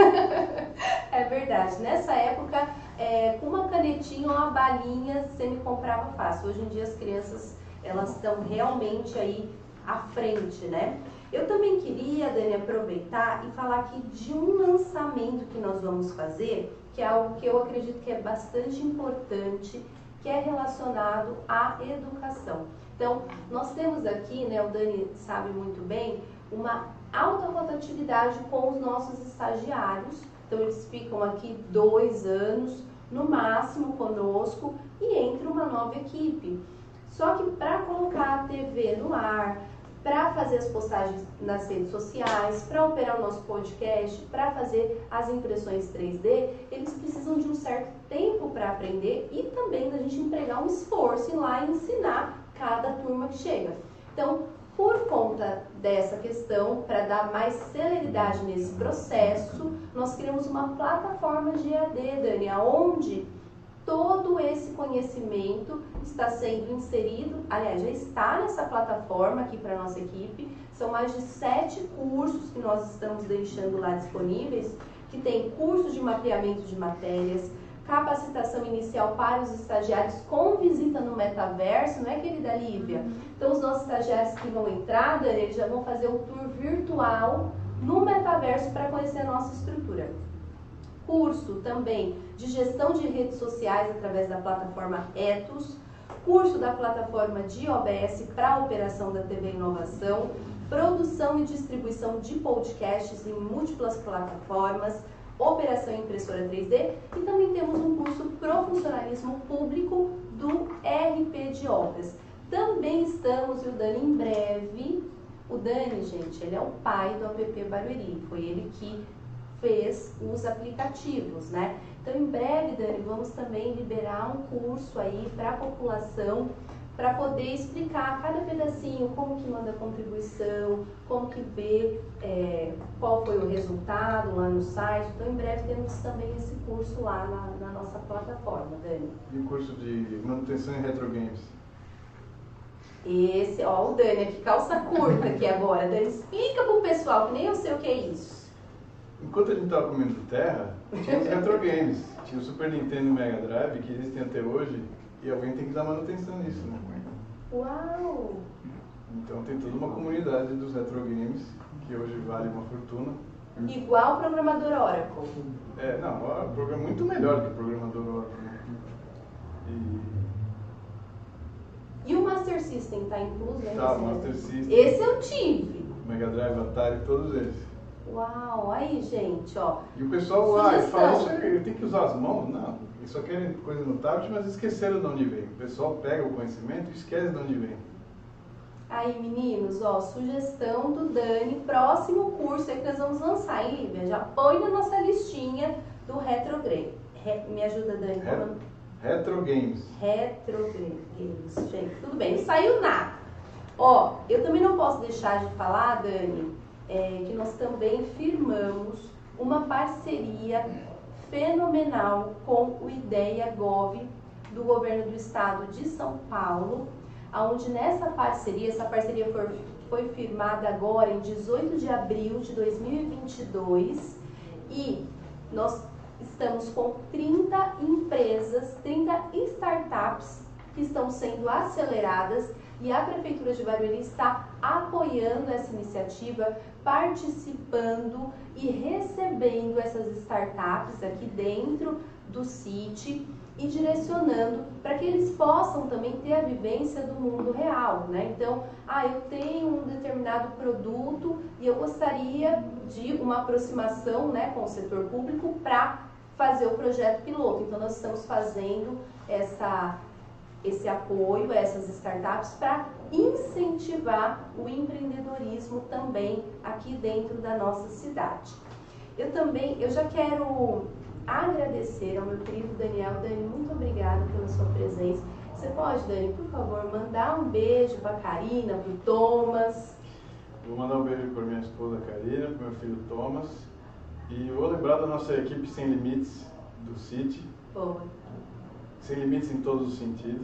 É verdade. Nessa época, com uma canetinha ou uma balinha, você me comprava fácil. Hoje em dia as crianças, elas estão realmente aí à frente, né? Eu também queria, Dani, aproveitar e falar aqui de um lançamento que nós vamos fazer, que é algo que eu acredito que é bastante importante, que é relacionado à educação. Então, nós temos aqui, né, o Dani sabe muito bem, uma alta rotatividade com os nossos estagiários. Então, eles ficam aqui 2 anos, no máximo, conosco, e entra uma nova equipe. Só que para colocar a TV no ar, para fazer as postagens nas redes sociais, para operar o nosso podcast, para fazer as impressões 3D, eles precisam de um certo tempo para aprender e também da gente empregar um esforço em lá e ensinar cada turma que chega. Então, por conta dessa questão, para dar mais celeridade nesse processo, nós criamos uma plataforma de EAD, Dani, onde todo esse conhecimento está sendo inserido, aliás, já está nessa plataforma aqui para a nossa equipe. São mais de 7 cursos que nós estamos deixando lá disponíveis, que tem curso de mapeamento de matérias, capacitação inicial para os estagiários com visita no metaverso, não é, querida Lívia? Então, os nossos estagiários que vão entrar, Dani, eles já vão fazer o tour virtual no metaverso para conhecer a nossa estrutura. Curso também de gestão de redes sociais através da plataforma Etos, curso da plataforma de OBS para a operação da TV Inovação, produção e distribuição de podcasts em múltiplas plataformas, operação impressora 3D, e também temos um curso pro funcionalismo público do RP de obras. Também estamos, e o Dani em breve, o Dani, gente, ele é o pai do app Barueri, foi ele que fez os aplicativos, né? Então, em breve, Dani, vamos também liberar um curso aí para a população, para poder explicar cada pedacinho, como que manda a contribuição, como que vê qual foi o resultado lá no site. Então, em breve, temos também esse curso lá na nossa plataforma, Dani. E o curso de manutenção em retro games? Esse, ó, o Dani aqui, calça curta aqui agora. Dani, explica pro pessoal, que nem eu sei o que é isso. Enquanto a gente estava comendo terra, tinha os retro games. Tinha o Super Nintendo e o Mega Drive, que existem até hoje, e alguém tem que dar manutenção nisso, né? Uau! Então tem toda uma comunidade dos retro games, que hoje vale uma fortuna. Igual o programador Oracle. Não, o programa é muito melhor que o programador Oracle. Né? E o Master System está incluso? Tá, o Master System. Esse eu tive. Mega Drive, Atari, todos eles. Uau, aí gente, ó. E o pessoal fala, eu tenho que usar as mãos? Não, eles só querem coisa no tablet, mas esqueceram de onde vem. O pessoal pega o conhecimento e esquece de onde vem. Aí meninos, ó, sugestão do Dani, próximo curso aí que nós vamos lançar, hein, Lívia? Já põe na nossa listinha do Retro Game. Me ajuda, Dani. Retro Games. Retro Games, gente, tudo bem, não saiu nada. Ó, eu também não posso deixar de falar, Dani, que nós também firmamos uma parceria fenomenal com o Ideia Gov do governo do estado de São Paulo, onde essa parceria foi firmada agora em 18 de abril de 2022 e nós estamos com 30 empresas, 30 startups que estão sendo aceleradas e a Prefeitura de Barueri está apoiando essa iniciativa, participando e recebendo essas startups aqui dentro do CIT. e direcionando para que eles possam também ter a vivência do mundo real, né? Então, eu tenho um determinado produto e eu gostaria de uma aproximação, né, com o setor público para fazer o projeto piloto. Então, nós estamos fazendo esse apoio a essas startups para incentivar o empreendedorismo também aqui dentro da nossa cidade. Eu já quero agradecer ao meu querido Daniel. Dani, muito obrigada pela sua presença. Você pode, Dani, por favor, mandar um beijo para a Karina, para o Thomas? Vou mandar um beijo para minha esposa Karina, para meu filho Thomas. E vou lembrar da nossa equipe Sem Limites do CIT. Boa. Sem limites em todos os sentidos.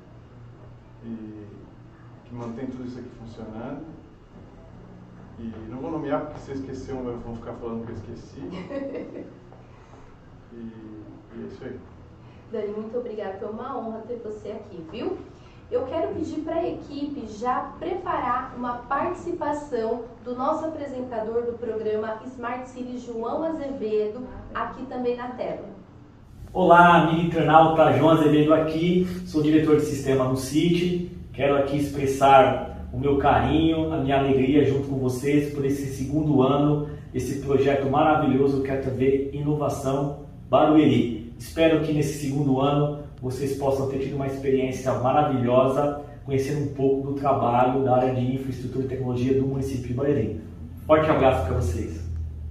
E que mantém tudo isso aqui funcionando. E não vou nomear porque se eu esquecer vão ficar falando que eu esqueci. E é isso aí. Dani, muito obrigada. Foi uma honra ter você aqui, viu? Eu quero pedir para a equipe já preparar uma participação do nosso apresentador do programa Smart City, João Azevedo, aqui também na tela. Olá, amigo internauta, João Azevedo aqui, sou diretor de sistema no CIT. Quero aqui expressar o meu carinho, a minha alegria junto com vocês por esse segundo ano, esse projeto maravilhoso que é a TV Inovação Barueri. Espero que nesse segundo ano vocês possam ter tido uma experiência maravilhosa, conhecendo um pouco do trabalho da área de infraestrutura e tecnologia do município de Barueri. Forte abraço para vocês.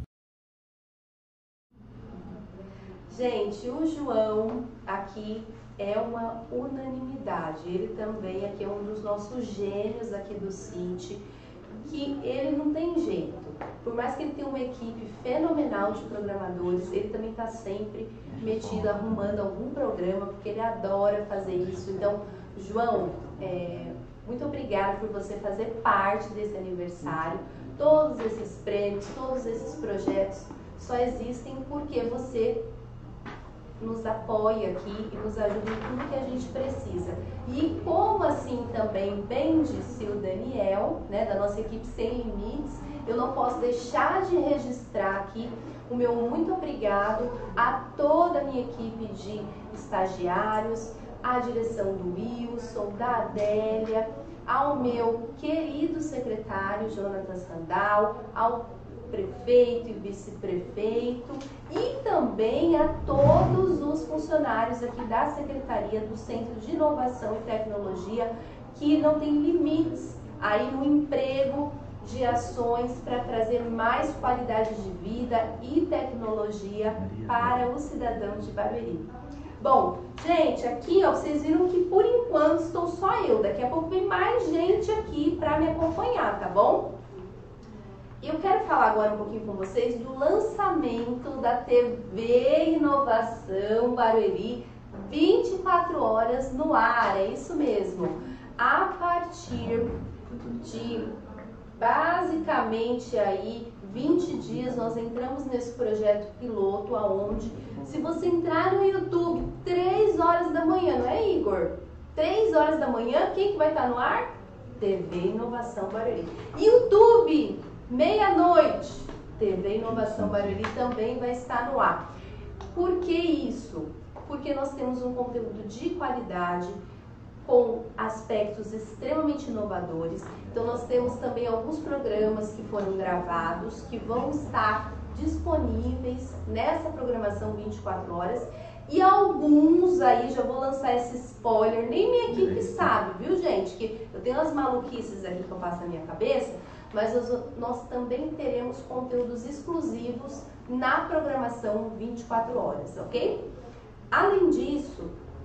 Gente, o João aqui é uma unanimidade. Ele também aqui é um dos nossos gênios aqui do CIT, que ele não tem jeito. Por mais que ele tenha uma equipe fenomenal de programadores, ele também está sempre metido, arrumando algum programa, porque ele adora fazer isso. Então, João, muito obrigada por você fazer parte desse aniversário. Todos esses prêmios, todos esses projetos só existem porque você nos apoia aqui e nos ajuda em tudo que a gente precisa. E como assim também bem disse o Daniel, né, da nossa equipe Sem Limites, eu não posso deixar de registrar aqui o meu muito obrigado a toda a minha equipe de estagiários, à direção do Wilson, da Adélia, ao meu querido secretário Jonatas Randal, ao prefeito e vice-prefeito e também a todos os funcionários aqui da Secretaria do Centro de Inovação e Tecnologia, que não tem limites aí no emprego de ações para trazer mais qualidade de vida e tecnologia para o cidadão de Barueri. Bom, gente, aqui ó, vocês viram que por enquanto estou só eu, daqui a pouco vem mais gente aqui para me acompanhar, tá bom? Eu quero falar agora um pouquinho com vocês do lançamento da TV Inovação Barueri 24 horas no ar, é isso mesmo. A partir de basicamente aí 20 dias nós entramos nesse projeto piloto aonde, se você entrar no YouTube 3 horas da manhã, não é, Igor? 3 horas da manhã, quem que vai estar no ar? TV Inovação Barueri. YouTube, meia-noite, TV Inovação Barueri também vai estar no ar. Por que isso? Porque nós temos um conteúdo de qualidade, com aspectos extremamente inovadores. Então nós temos também alguns programas que foram gravados, que vão estar disponíveis nessa programação 24 horas. E alguns aí, já vou lançar esse spoiler, nem minha equipe sabe, viu gente? Que eu tenho umas maluquices aqui que eu passo na minha cabeça, mas nós também teremos conteúdos exclusivos na programação 24 horas, ok? Além disso,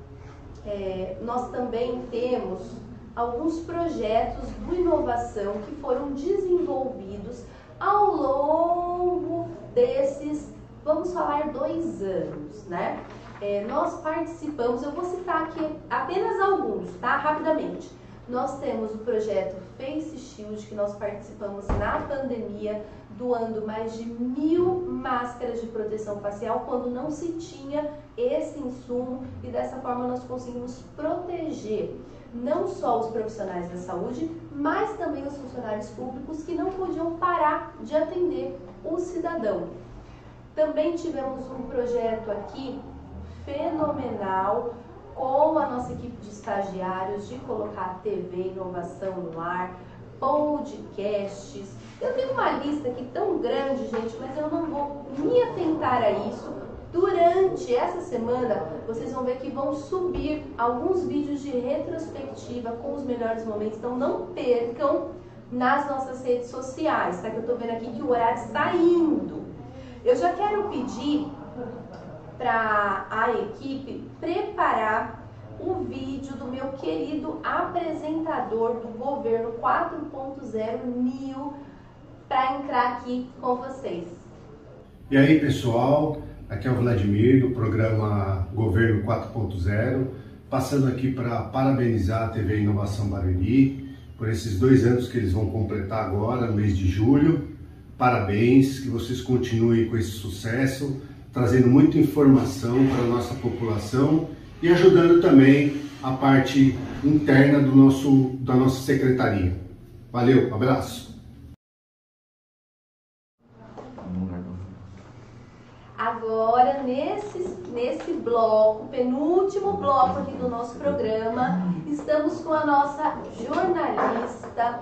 nós também temos alguns projetos do inovação que foram desenvolvidos ao longo desses, vamos falar, 2 anos, né? Nós participamos, eu vou citar aqui apenas alguns, tá? Rapidamente. Nós temos o projeto Face Shield, que nós participamos na pandemia, doando mais de 1000 máscaras de proteção facial, quando não se tinha esse insumo, e dessa forma nós conseguimos proteger não só os profissionais da saúde, mas também os funcionários públicos que não podiam parar de atender o cidadão. Também tivemos um projeto aqui fenomenal com a nossa equipe de estagiários de colocar a TV Inovação no ar, podcasts. Eu tenho uma lista aqui tão grande, gente, mas eu não vou me atentar a isso. Durante essa semana, vocês vão ver que vão subir alguns vídeos de retrospectiva com os melhores momentos, então não percam nas nossas redes sociais, tá? Que eu tô vendo aqui que o horário está indo. Eu já quero pedir para a equipe preparar o vídeo do meu querido apresentador do Governo 4.0, Nil, para entrar aqui com vocês. E aí, pessoal, aqui é o Vladimir do programa Governo 4.0, passando aqui para parabenizar a TV Inovação Barueri por esses 2 anos que eles vão completar agora, no mês de julho. Parabéns, que vocês continuem com esse sucesso, trazendo muita informação para a nossa população e ajudando também a parte interna da nossa secretaria. Valeu, abraço! Agora, nesse bloco, penúltimo bloco aqui do nosso programa, estamos com a nossa jornalista,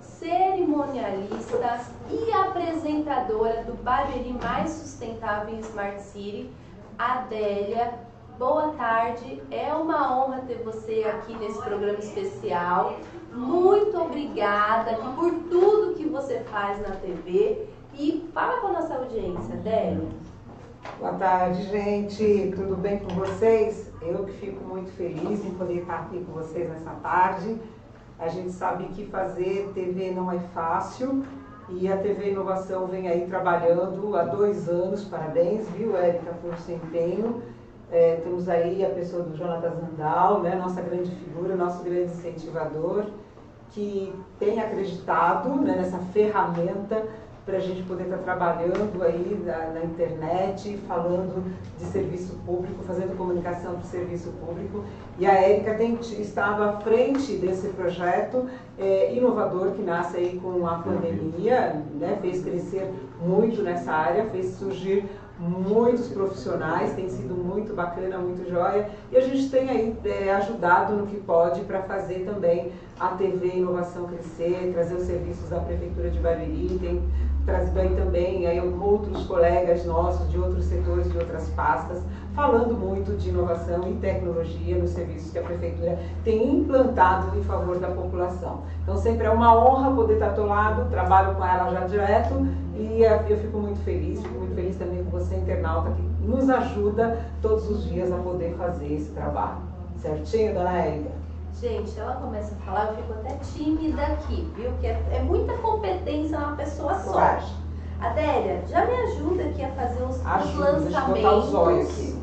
cerimonialista e apresentadora do Barueri Mais Sustentável Smart City, Adélia. Boa tarde, é uma honra ter você aqui nesse programa especial. Muito obrigada por tudo que você faz na TV e fala com a nossa audiência, Adélia. Boa tarde, gente. Tudo bem com vocês? Eu que fico muito feliz em poder estar aqui com vocês nessa tarde. A gente sabe que fazer TV não é fácil e a TV Inovação vem aí trabalhando há 2 anos. Parabéns, viu, Érica, por seu empenho. Temos aí a pessoa do Jonatas Zandal, né, nossa grande figura, nosso grande incentivador, que tem acreditado, né, nessa ferramenta para a gente poder estar trabalhando aí na internet, falando de serviço público, fazendo comunicação para o serviço público. E a Érica estava à frente desse projeto inovador que nasce aí com a pandemia, né, fez crescer muito nessa área, fez surgir muitos profissionais, tem sido muito bacana, muito joia, e a gente tem aí ajudado no que pode para fazer também a TV Inovação crescer, trazer os serviços da Prefeitura de Barueri, tem trazido aí também aí outros colegas nossos de outros setores, de outras pastas, falando muito de inovação e tecnologia nos serviços que a Prefeitura tem implantado em favor da população. Então sempre é uma honra poder estar ao teu lado, trabalho com ela já direto e eu fico muito feliz também com você, internauta, que nos ajuda todos os dias a poder fazer esse trabalho. Certinho, dona Érica? Gente, ela começa a falar, eu fico até tímida aqui, viu? Que é muita competência numa pessoa só. Coragem. Adélia, já me ajuda aqui a fazer os lançamentos. Deixa eu botar os olhos aqui.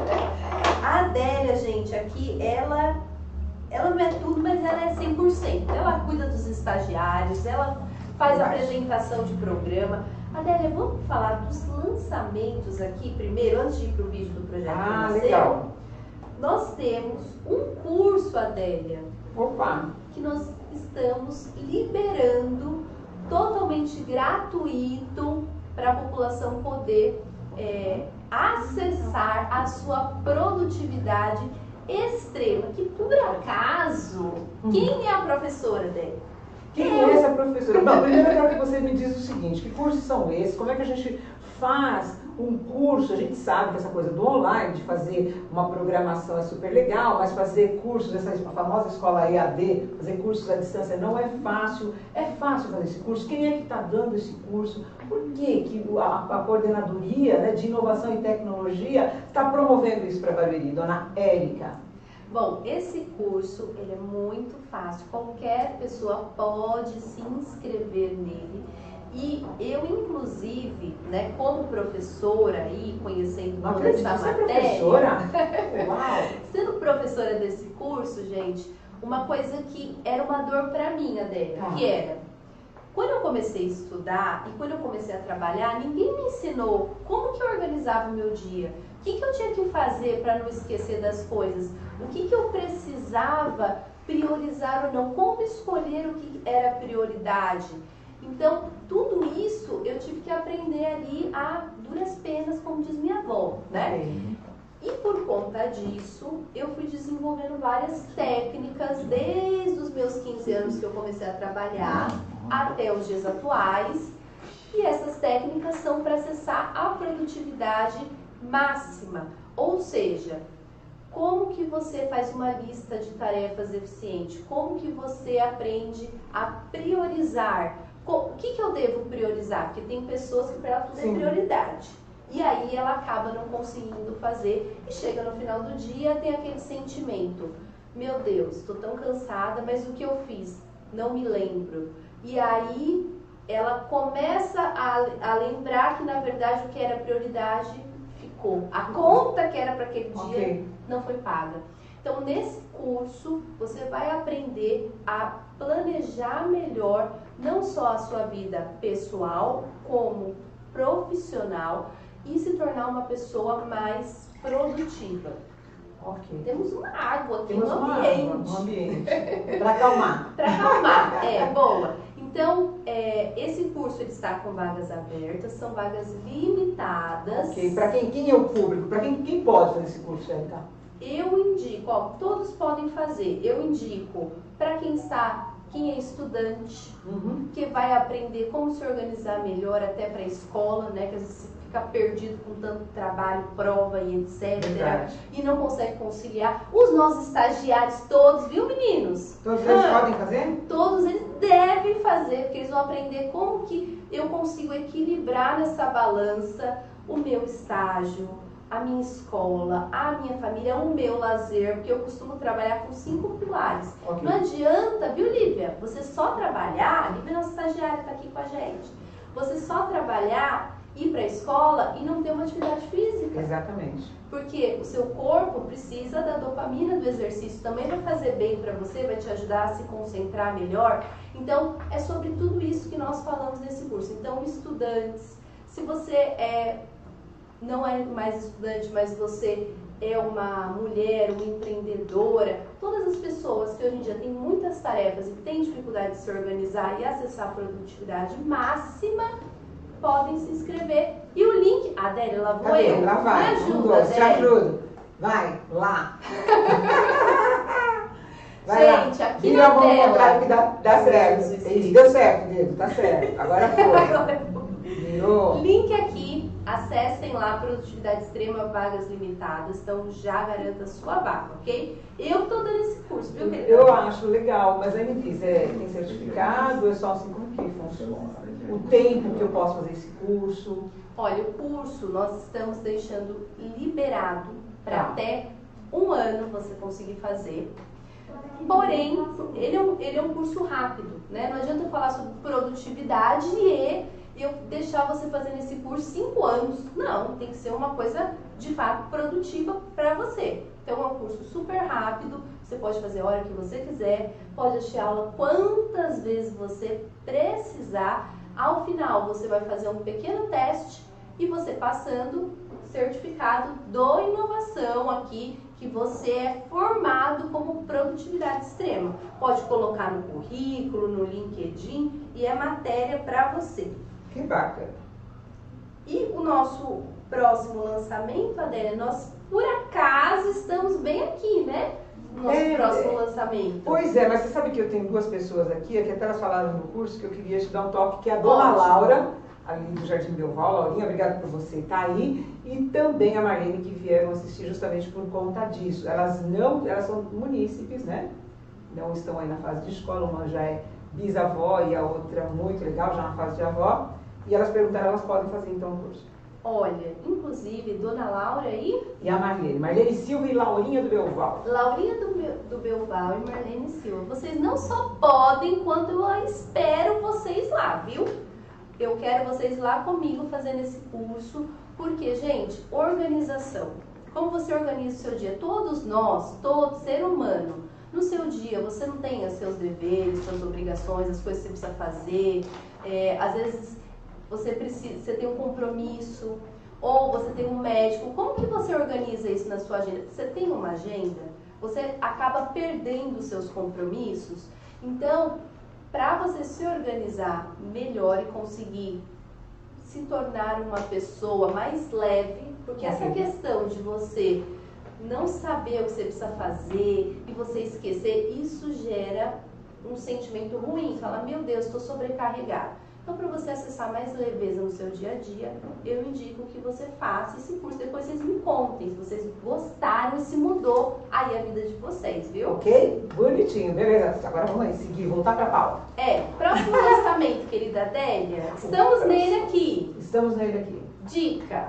A Adélia, gente, aqui, ela não é tudo, mas ela é 100%. Ela cuida dos estagiários, ela faz a apresentação de programa. Adélia, vamos falar dos lançamentos aqui primeiro, antes de ir para o vídeo do projeto. Ah, legal. Nós temos um curso, Adélia, opa, que nós estamos liberando totalmente gratuito para a população poder acessar a sua produtividade extrema. Que por acaso, quem é a professora, Adélia? Quem é essa professora? Bom, primeiro eu quero que você me diz o seguinte, que cursos são esses? Como é que a gente faz um curso? A gente sabe que essa coisa do online, de fazer uma programação é super legal, mas fazer cursos, essa famosa escola EAD, fazer cursos à distância não é fácil. É fácil fazer esse curso? Quem é que está dando esse curso? Por que a coordenadoria, né, de inovação e tecnologia está promovendo isso para a Barueri? Dona Érica. Bom, esse curso ele é muito fácil, qualquer pessoa pode se inscrever nele e eu inclusive, né, como professora aí, conhecendo toda essa matéria, sendo professora desse curso, gente, uma coisa que era uma dor para mim, Adélia, que era, quando eu comecei a estudar e quando eu comecei a trabalhar, ninguém me ensinou como que eu organizava o meu dia, o que eu tinha que fazer para não esquecer das coisas, o que eu precisava priorizar ou não, como escolher o que era prioridade. Então, tudo isso eu tive que aprender ali a duras penas, como diz minha avó, né? E por conta disso, eu fui desenvolvendo várias técnicas desde os meus 15 anos que eu comecei a trabalhar até os dias atuais. E essas técnicas são para acessar a produtividade máxima. Ou seja, como que você faz uma lista de tarefas eficiente? Como que você aprende a priorizar? O que eu devo priorizar? Porque tem pessoas que para ela tudo é prioridade. E aí ela acaba não conseguindo fazer e chega no final do dia, tem aquele sentimento: meu Deus, estou tão cansada, mas o que eu fiz? Não me lembro. E aí ela começa a lembrar que na verdade o que era prioridade ficou. A conta que era para aquele dia não foi paga. Então nesse curso você vai aprender a planejar melhor não só a sua vida pessoal como profissional e se tornar uma pessoa mais produtiva. Temos uma água aqui no ambiente. Para acalmar. Para acalmar, boa. Então, esse curso ele está com vagas abertas, são vagas limitadas. Para quem é o público? Para quem pode fazer esse curso, Érica? Eu indico, todos podem fazer. Eu indico para quem é estudante, que vai aprender como se organizar melhor até para a escola, né? Que às vezes fica perdido com tanto trabalho, prova e etc. Verdade. E não consegue conciliar. Os nossos estagiários todos, viu, meninos? Todos eles podem fazer? Todos eles devem fazer, porque eles vão aprender como que eu consigo equilibrar nessa balança o meu estágio, a minha escola, a minha família, o meu lazer, porque eu costumo trabalhar com 5 pilares. Não adianta, viu, Lívia? Você só trabalhar, a Lívia, nossa estagiária, está aqui com a gente. Você só trabalhar, ir para a escola e não ter uma atividade física. Exatamente. Porque o seu corpo precisa da dopamina do exercício, também vai fazer bem para você, vai te ajudar a se concentrar melhor. Então, é sobre tudo isso que nós falamos nesse curso. Então, estudantes, se você não é mais estudante, mas você é uma mulher, uma empreendedora, todas as pessoas que hoje em dia têm muitas tarefas e têm dificuldade de se organizar e acessar a produtividade máxima, podem se inscrever. E o link, a Adélia, lá vou eu. Lá vai, me ajuda, te ajudo. Vai, lá. Vai gente, lá. Aqui na tela. Que dá certo. Deu certo, dedo, tá certo. Agora foi. Virou. Link aqui, acessem lá, Produtividade Extrema, vagas limitadas, então já garanta a sua vaga, ok? Eu tô dando esse curso, viu, Pedro? Eu acho legal, mas aí me diz, tem certificado, é só assim como que funciona? O tempo que eu posso fazer esse curso? Olha, o curso nós estamos deixando liberado para até 1 ano você conseguir fazer. Porém, ele é um curso rápido, né? Não adianta eu falar sobre produtividade e eu deixar você fazendo esse curso 5 anos. Não, tem que ser uma coisa de fato produtiva para você. Então é um curso super rápido, você pode fazer a hora que você quiser, pode assistir aula quantas vezes você precisar. Ao final você vai fazer um pequeno teste e você passando certificado do Inovação aqui, que você é formado como produtividade extrema. Pode colocar no currículo, no LinkedIn e é matéria para você. Que bacana. E o nosso próximo lançamento, Adélia, nós por acaso estamos bem aqui, né? Nosso próximo lançamento. Pois é, mas você sabe que eu tenho 2 pessoas aqui, que até elas falaram no curso, que eu queria te dar um toque, que é a dona Laura, ali do Jardim Belval. Laurinha, obrigada por você estar aí. E também a Marlene, que vieram assistir justamente por conta disso. Elas são munícipes, né? Não estão aí na fase de escola, uma já é bisavó e a outra muito legal, já na fase de avó. E elas perguntaram, elas podem fazer então o curso. Olha, inclusive, Dona Laura aí... E a Marlene. Marlene Silva e Laurinha do Belval. Laurinha do Belval e Marlene Silva. Vocês não só podem, quanto eu espero vocês lá, viu? Eu quero vocês lá comigo fazendo esse curso. Porque, gente, organização. Como você organiza o seu dia? Todos nós, todo ser humano, no seu dia, você não tem os seus deveres, suas obrigações, as coisas que você precisa fazer. Às vezes... você tem um compromisso, ou você tem um médico. Como que você organiza isso na sua agenda? Você tem uma agenda? Você acaba perdendo os seus compromissos? Então, para você se organizar melhor e conseguir se tornar uma pessoa mais leve, porque essa questão de você não saber o que você precisa fazer e você esquecer, isso gera um sentimento ruim. Fala, meu Deus, estou sobrecarregado. Então, para você acessar mais leveza no seu dia a dia, eu indico que você faça esse curso. Depois vocês me contem se vocês gostaram e se mudou aí a vida de vocês, viu? Ok? Bonitinho, beleza. Agora vamos aí, seguir, voltar para a pauta. Próximo lançamento, querida Adélia. Estamos nele aqui. Estamos nele aqui. Dica.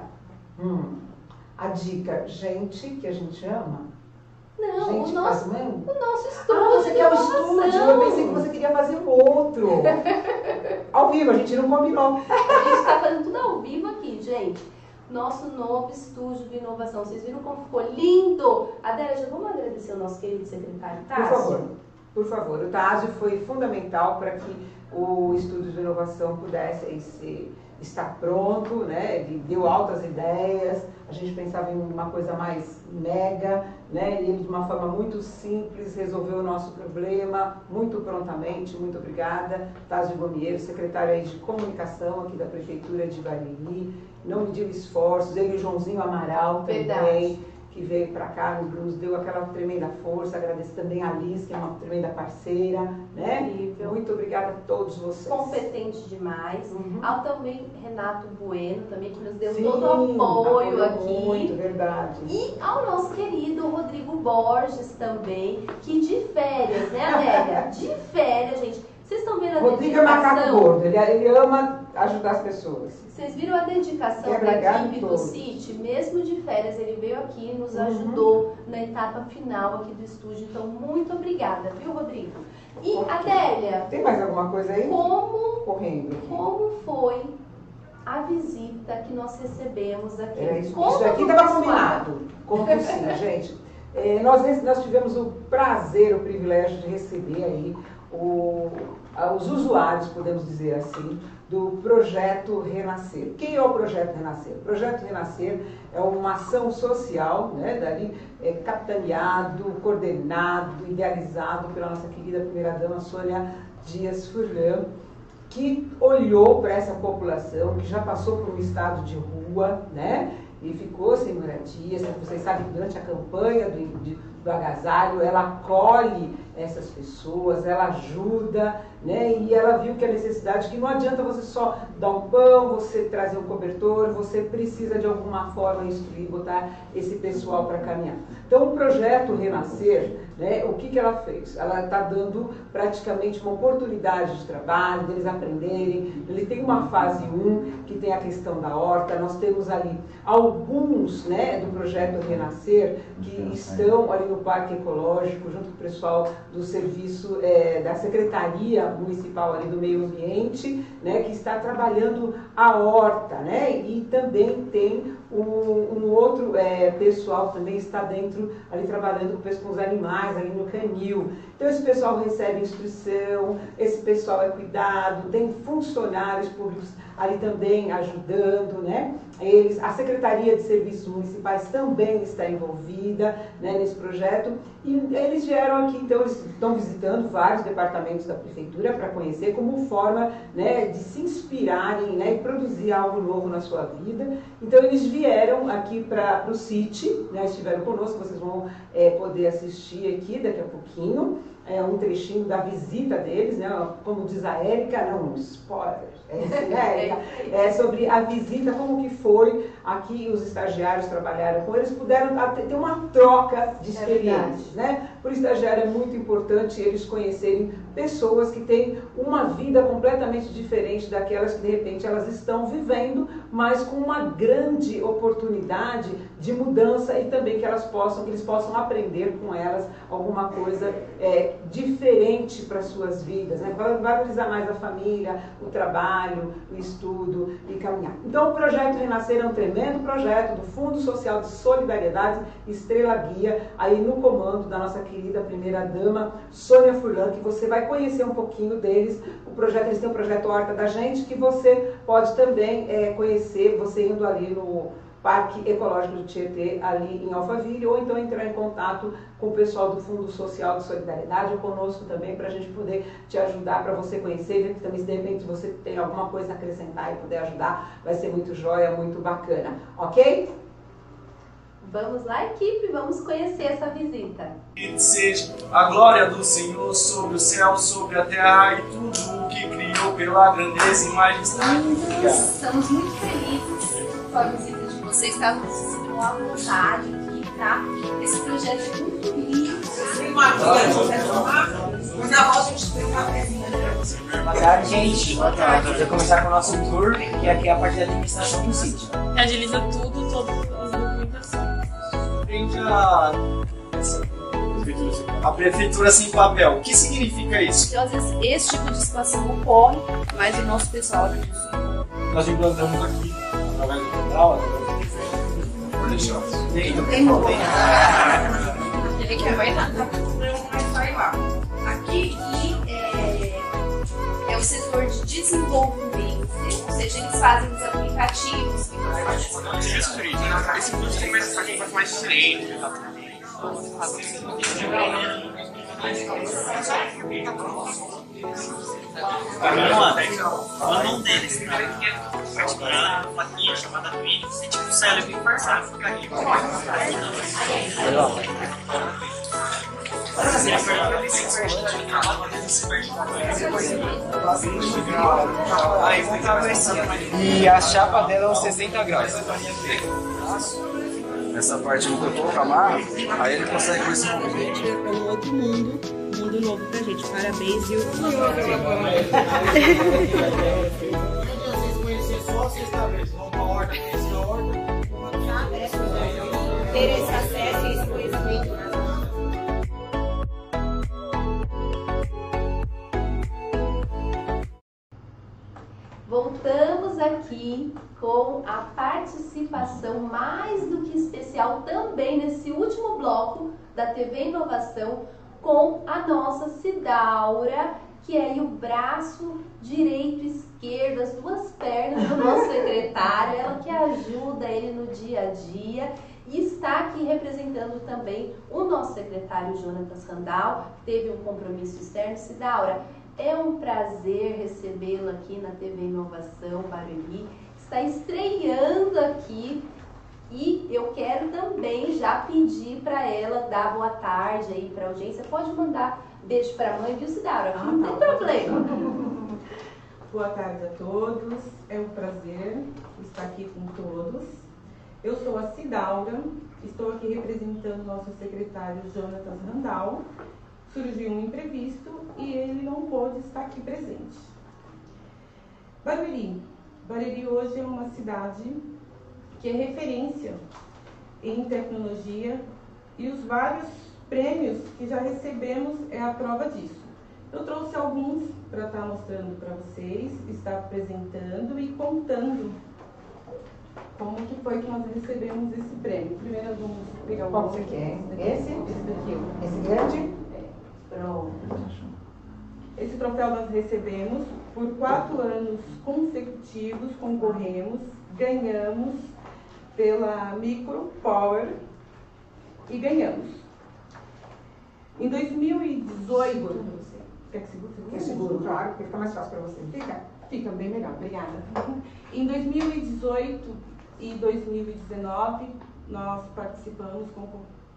A dica, gente que a gente ama. Não, gente, o nosso estúdio. Você quer o estúdio? Eu pensei que você queria fazer um outro. Ao vivo, a gente não combinou. A gente está fazendo tudo ao vivo aqui, gente. Nosso novo estúdio de inovação. Vocês viram como ficou lindo? Adélia, já vamos agradecer o nosso querido secretário Tássio? Por favor. O Tássio foi fundamental para que o estúdio de inovação pudesse estar pronto, né? Ele deu altas ideias. A gente pensava em uma coisa mais mega, né? E ele, de uma forma muito simples, resolveu o nosso problema muito prontamente. Muito obrigada. Tássio Gomieiro, secretário aí de comunicação aqui da Prefeitura de Barueri. Não mediu esforços. Ele e o Joãozinho Amaral também, que veio para cá, nos deu aquela tremenda força. Agradeço também a Liz, que é uma tremenda parceira, né? Incrível. Muito obrigada a todos vocês. Competente demais. Ao também Renato Bueno, também, que nos deu todo o apoio aqui. Muito, verdade. E ao nosso querido Rodrigo Borges também, que de férias, né, Adélia? De férias, gente. Vocês estão vendo a Rodrigo dedicação? é macaco gordo, ele ama ajudar as pessoas. Vocês viram a dedicação da equipe do CIT? Mesmo de férias, ele veio aqui e nos ajudou na etapa final aqui do estúdio. Então, muito obrigada, viu, Rodrigo? E, Adélia... Tem mais alguma coisa aí? Como foi a visita que nós recebemos aqui? Isso aqui estava combinado. Como possível, gente. Nós tivemos o prazer, o privilégio de receber aí os usuários, podemos dizer assim, do Projeto Renascer. Quem é o Projeto Renascer? O Projeto Renascer é uma ação social, né, dali, capitaneado, coordenado, idealizado pela nossa querida primeira-dama Sônia Dias Furlan, que olhou para essa população que já passou por um estado de rua, né, e ficou sem moradia. Vocês sabem que durante a campanha do agasalho, ela acolhe essas pessoas, ela ajuda, né? E ela viu que a necessidade, que não adianta você só dar um pão, você trazer um cobertor, você precisa de alguma forma instruir, botar esse pessoal para caminhar. Então, o projeto Renascer, né, o que ela fez? Ela está dando praticamente uma oportunidade de trabalho, deles aprenderem. Ele tem uma fase 1, que tem a questão da horta. Nós temos ali alguns, né, do projeto Renascer que estão ali no Parque Ecológico, junto com o pessoal do serviço da Secretaria Municipal ali do Meio Ambiente, né, que está trabalhando a horta, né, e também tem um outro pessoal que também está dentro ali trabalhando com os animais ali no canil. Então esse pessoal recebe instrução, esse pessoal é cuidado, tem funcionários públicos ali também ajudando, né? A Secretaria de Serviços Municipais também está envolvida, né, nesse projeto, e eles vieram aqui, então eles estão visitando vários departamentos da Prefeitura para conhecer como forma, né, de se inspirarem, né, e produzir algo novo na sua vida. Então eles vieram aqui para o CIT, né, estiveram conosco, vocês vão poder assistir aqui daqui a pouquinho. Um trechinho da visita deles, né? Como diz a Érica, não, spoiler, sobre a visita, como que foi aqui, os estagiários trabalharam com eles, puderam ter uma troca de experiências, né? Para o estagiário é muito importante eles conhecerem pessoas que têm uma vida completamente diferente daquelas que de repente elas estão vivendo, mas com uma grande oportunidade de mudança e também que eles possam aprender com elas alguma coisa diferente para suas vidas, né? Valorizar mais a família, o trabalho, o estudo e caminhar. Então o Projeto Renascer é um tremendo projeto do Fundo Social de Solidariedade Estrela Guia, aí no comando da nossa querida primeira-dama Sônia Furlan, que você vai conhecer um pouquinho deles. Eles têm o projeto Horta da Gente, que você pode também conhecer, você indo ali Parque Ecológico do Tietê, ali em Alphaville, ou então entrar em contato com o pessoal do Fundo Social de Solidariedade ou conosco também, para a gente poder te ajudar, para você conhecer, também se de repente você tem alguma coisa a acrescentar e puder ajudar, vai ser muito jóia, muito bacana, ok? Vamos lá, equipe, vamos conhecer essa visita. E seja a glória do Senhor sobre o céu, sobre a terra e tudo o que criou pela grandeza e majestade. Estamos muito felizes com a visita de vocês, estamos se sentindo à vontade aqui, tá? Esse projeto é muito lindo. Boa tarde, gente. Boa tarde. Vamos começar com o nosso tour, que aqui é a parte da administração do sítio. Agiliza tudo, todas as documentações. Frente a prefeitura sem papel. O que significa isso? Então, às vezes, esse tipo de situação ocorre, mas o nosso pessoal já disse. Nós implantamos aqui, através do federal, através do Não tem roupa. Ele quer vai nada. Vai lá. Aqui é o setor de desenvolvimento, ou seja, eles fazem os aplicativos. Esse curso tem mais diferente. Manda um deles, particular, uma plaquinha chamada Twin, você tipo cérebro infartado, fica aí. E a chapa dela é uns 60 graus. Essa parte no que eu vou amarra, aí ele consegue ver esse movimento. É um outro mundo novo pra gente. Parabéns, viu? Ter esse acesso e esse conhecimento. Voltamos aqui com a participação mais do que especial também nesse último bloco da TV Inovação com a nossa Cidaura, que é aí o braço direito e esquerdo, as duas pernas do nosso secretário, ela que ajuda ele no dia a dia. E está aqui representando também o nosso secretário Jonatas Randall, que teve um compromisso externo. Cidaura, é um prazer recebê-la aqui na TV Inovação Barueri. Está estreando aqui e eu quero também já pedir para ela dar boa tarde aí para a audiência. Pode mandar beijo para a mãe, viu, Cidaura? Não tem problema. Boa tarde a todos. É um prazer estar aqui com todos. Eu sou a Cidaura, estou aqui representando o nosso secretário Jonatas Randall. Surgiu um imprevisto e ele não pôde estar aqui presente. Barueri. Barueri hoje é uma cidade que é referência em tecnologia e os vários prêmios que já recebemos é a prova disso. Eu trouxe alguns para estar mostrando para vocês, estar apresentando e contando como que foi que nós recebemos esse prêmio. Primeiro vamos pegar o qual você quer? Esse? Esse daqui. Esse grande? Pronto. Esse troféu nós recebemos por 4 anos consecutivos, concorremos, ganhamos pela Micro Power e ganhamos. Em 2018, quer que seguro? Quer seguro, claro, porque fica mais fácil para você. Fica bem melhor, obrigada. Em 2018 e 2019, nós participamos com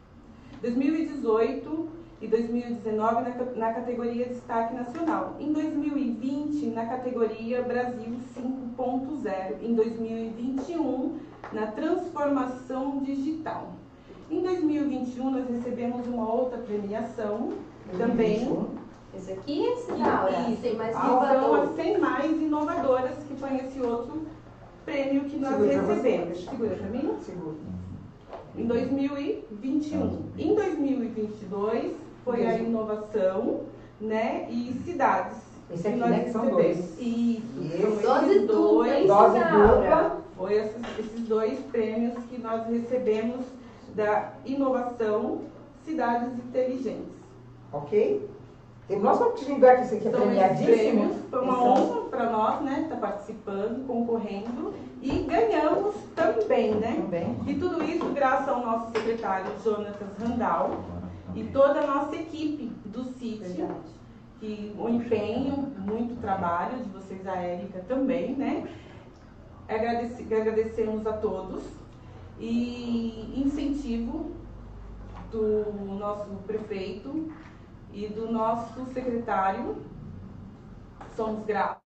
2018 e 2019 na categoria Destaque Nacional. Em 2020, na categoria Brasil 5.0. Em 2021, na Transformação Digital. Em 2021, nós recebemos uma outra premiação também. Esse aqui é Cidaura, tem mais Então, as 100 mais inovadoras, que foi esse outro prêmio que nós recebemos. Segura para mim? Segura. Em 2021. Em 2022, foi a inovação, né, e cidades. Esse aqui, né, que são dois. Isso. Dose dupla, hein, Dose Cidaura? dupla. Foi esses dois prêmios que nós recebemos da inovação Cidades Inteligentes. Ok? Nossa, que lugar que isso aqui é premiadíssimo. Foi uma honra para nós, né, estar participando, concorrendo e ganhamos também, né? E tudo isso graças ao nosso secretário Jonatas Randall e toda a nossa equipe do CIT, que o empenho, muito trabalho de vocês, a Érica também, né? Agradecemos a todos e incentivo do nosso prefeito e do nosso secretário, somos gratos.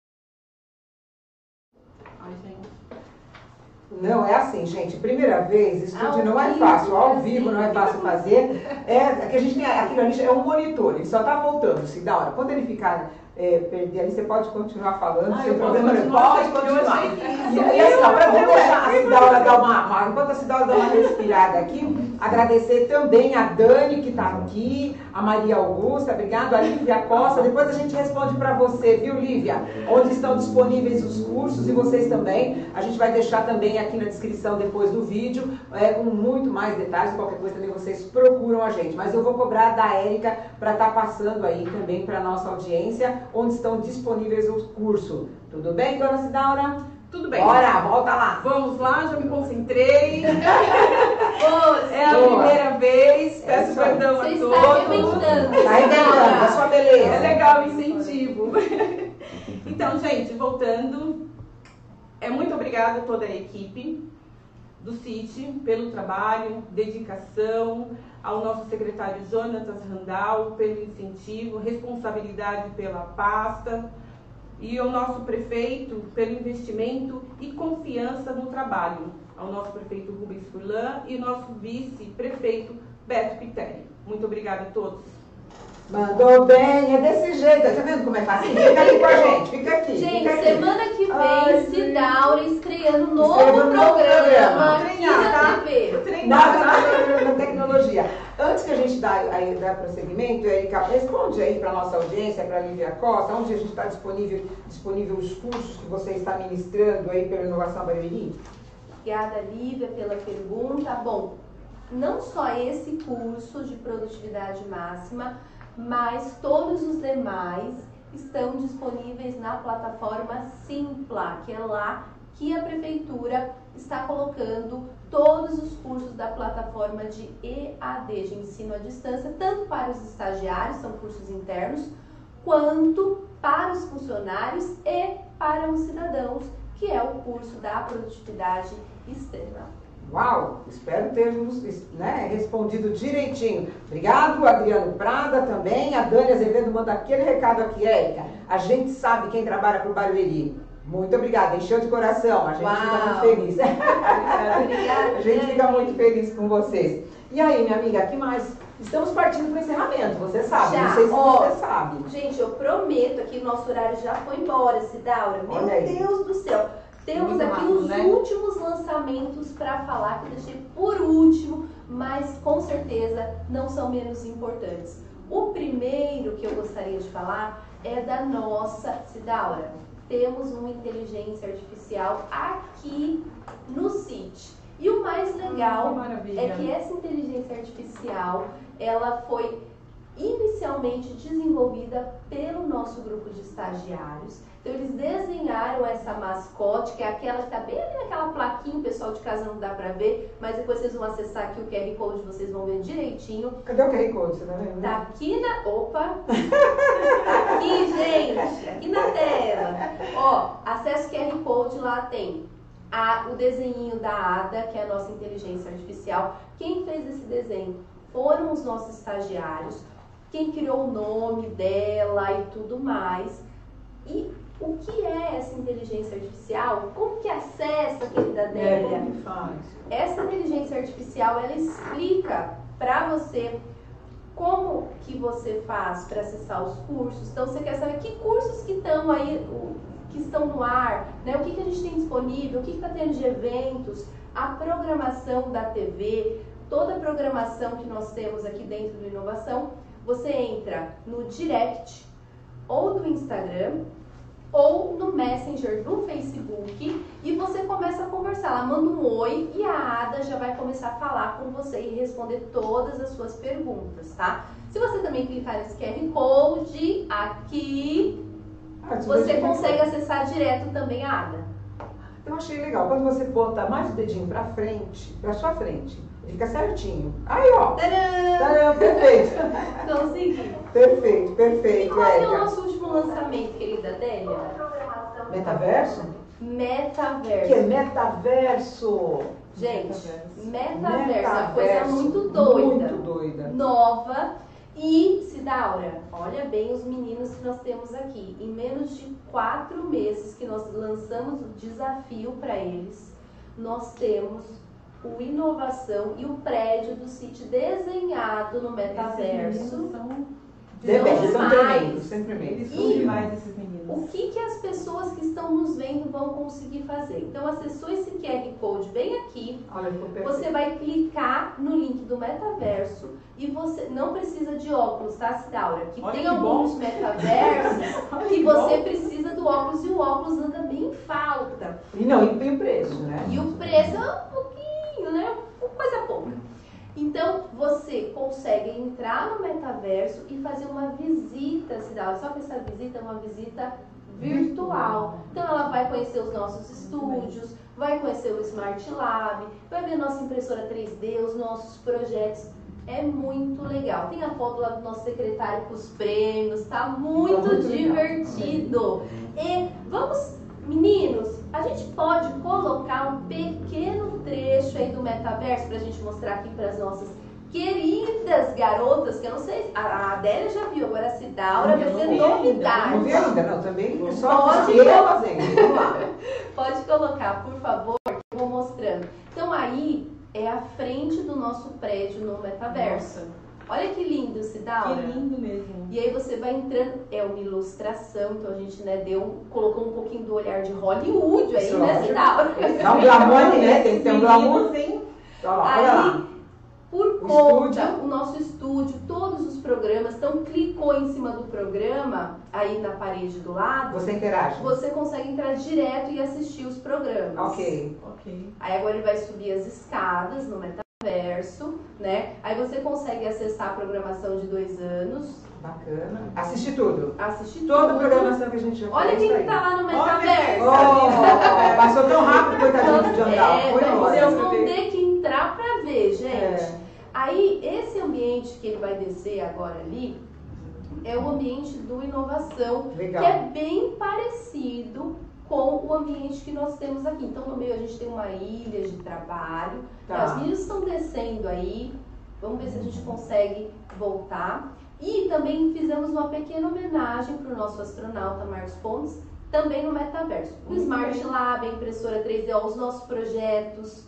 Ai, gente. Não, é assim, gente, primeira vez, estúdio não é fácil, ao vivo não é fácil fazer. É que a gente tem, aquilo ali é um monitor, ele só tá voltando, se da hora. Quando ele ficar perder ali, você pode continuar falando, sem problema nenhum. Pode continuar. E assim, para não deixar a Cidaura dar enquanto a Cidaura dá uma respirada aqui, agradecer também a Dani, que está aqui, a Maria Augusta, obrigado, a Lívia Costa. Depois a gente responde para você, viu, Lívia? Onde estão disponíveis os cursos e vocês também. A gente vai deixar também aqui na descrição depois do vídeo, com muito mais detalhes, qualquer coisa também vocês procuram a gente. Mas eu vou cobrar da Érica para estar passando aí também para a nossa audiência, onde estão disponíveis os cursos. Tudo bem, dona Cidaura? Tudo bem. Bora, volta lá. Vamos lá, já me concentrei. É a primeira vez, peço perdão a todos. Você está arrebentando. Está arrebentando, a sua beleza. É legal o incentivo. Então, gente, voltando, muito obrigada a toda a equipe do CIT pelo trabalho, dedicação, ao nosso secretário Jonatas Randall pelo incentivo, responsabilidade pela pasta e ao nosso prefeito pelo investimento e confiança no trabalho, ao nosso prefeito Rubens Furlan e nosso vice-prefeito Beto Pitelli. Muito obrigada a todos. Mandou bem, é desse jeito, tá vendo como é fácil? Fica aqui com a gente, fica aqui. Gente, fica aqui. Semana que vem, Cidaura estreando um novo programa aqui na TV. Na tecnologia. Antes que a gente dá prosseguimento, Érica, responde aí para a nossa audiência, para a Lívia Costa, onde a gente está disponível os cursos que você está ministrando aí pela Inovação Barueri? Obrigada, Lívia, pela pergunta. Bom, não só esse curso de produtividade máxima, mas todos os demais estão disponíveis na plataforma Simpla, que é lá que a Prefeitura está colocando todos os cursos da plataforma de EAD, de ensino à distância, tanto para os estagiários, são cursos internos, quanto para os funcionários e para os cidadãos, que é o curso da produtividade extrema. Uau, espero termos respondido direitinho. Obrigado, Adriano Prada também. A Dani Azevedo manda aquele recado aqui, Érica. A gente sabe quem trabalha para o Barueri. Muito obrigada, encheu de coração. A gente fica muito feliz. Obrigada, a gente fica muito feliz com vocês. E aí, minha amiga, que mais? Estamos partindo para o encerramento, você sabe. Já, não sei se você sabe. Gente, eu prometo que o nosso horário já foi embora, Cidaura. Meu Deus do céu. Temos muito aqui os últimos lançamentos para falar, que eu deixei por último, mas com certeza não são menos importantes. O primeiro que eu gostaria de falar é da nossa Cidaura. Temos uma inteligência artificial aqui no CIT. E o mais legal é que essa inteligência artificial, ela foi inicialmente desenvolvida pelo nosso grupo de estagiários. Então eles desenharam essa mascote, que é aquela que está bem ali naquela plaquinha, o pessoal de casa não dá pra ver, mas depois vocês vão acessar aqui o QR Code, vocês vão ver direitinho. Cadê o QR Code? Você tá vendo? Tá aqui na... Opa! Tá aqui, gente! Aqui na tela. Ó, acessa o QR Code, lá tem o desenho da Ada, que é a nossa inteligência artificial. Quem fez esse desenho foram os nossos estagiários, quem criou o nome dela e tudo mais. E o que é essa inteligência artificial? Como que acessa, querida Adélia? Como que faz? Essa inteligência artificial, ela explica para você como que você faz para acessar os cursos. Então, você quer saber que cursos que estão aí, que estão no ar, né? O que a gente tem disponível, o que está tendo de eventos, a programação da TV, toda a programação que nós temos aqui dentro do Inovação. Você entra no direct ou do Instagram ou no Messenger do Facebook e você começa a conversar. Ela manda um oi e a Ada já vai começar a falar com você e responder todas as suas perguntas, tá? Se você também clicar nesse QR Code aqui, você consegue acessar direto também a Ada. Eu achei legal. Quando você bota mais o dedinho pra frente, pra sua frente, ele fica certinho. Aí, ó. Tadã, perfeito. Consegui. Perfeito, perfeito. E qual é o nosso último lançamento, querida Adélia? Metaverso? Metaverso. Que é metaverso? Gente, metaverso é uma coisa muito doida. Muito doida. Nova. E, Cidaura, olha bem os meninos que nós temos aqui. Em menos de 4 meses que nós lançamos o desafio para eles, nós temos o Inovação e o prédio do City desenhado no metaverso. São tremendos, sempre tremendos. São demais esses meninos. O que as pessoas que estão nos vendo vão conseguir fazer? Então, acessou esse QR Code bem aqui. Olha, você vai clicar no link do metaverso e você não precisa de óculos, tá, Cidaura? Que tem alguns metaversos que você precisa do óculos e o óculos anda bem em falta. E não, e o preço, né? E o preço é um pouquinho, né? Coisa pouca. Então, você consegue entrar no metaverso e fazer uma visita, Cidaura. Só que essa visita é uma visita virtual. Então, ela vai conhecer os nossos estúdios, vai conhecer o Smart Lab, vai ver nossa impressora 3D, os nossos projetos. É muito legal. Tem a foto lá do nosso secretário com os prêmios, tá muito divertido. E vamos, meninos, a gente pode colocar um pequeno trecho aí do metaverso pra gente mostrar aqui para as nossas queridas garotas, que eu não sei, a Adélia já viu, agora a Cidaura vai ser novidade. Não vi ainda, não, também só fazendo. Vamos lá. Pode colocar, por favor, que eu vou mostrando. Então aí é a frente do nosso prédio no metaverso. Nossa. Olha que lindo, Cidaura. Que lindo mesmo. E aí você vai entrando, é uma ilustração, então a gente, né, colocou um pouquinho do olhar de Hollywood aí, né, Cidaura? Dá um glamour, né? Tem que ter um glamour. Sim. Olha lá. Por conta, o nosso estúdio, todos os programas, então clicou em cima do programa, aí na parede do lado. Você interage. Você consegue entrar direto e assistir os programas. Ok. Aí agora ele vai subir as escadas no metaverso, né? Aí você consegue acessar a programação de 2 anos. Bacana. Assistir tudo. Assistir toda tudo. a programação que a gente já fez. Olha quem tá lá no metaverso. Passou tão rápido, coitadinho de andar. Vocês vão ter que entrar pra ver, gente. Aí, esse ambiente que ele vai descer agora ali, é o ambiente do Inovação, Legal. Que é bem parecido com o ambiente que nós temos aqui. Então, no meio a gente tem uma ilha de trabalho. Tá. As meninas estão descendo aí. Vamos ver se a gente consegue voltar. E também fizemos uma pequena homenagem para o nosso astronauta Marcos Pontes, também no metaverso. O Smart Lab, a impressora 3D, os nossos projetos,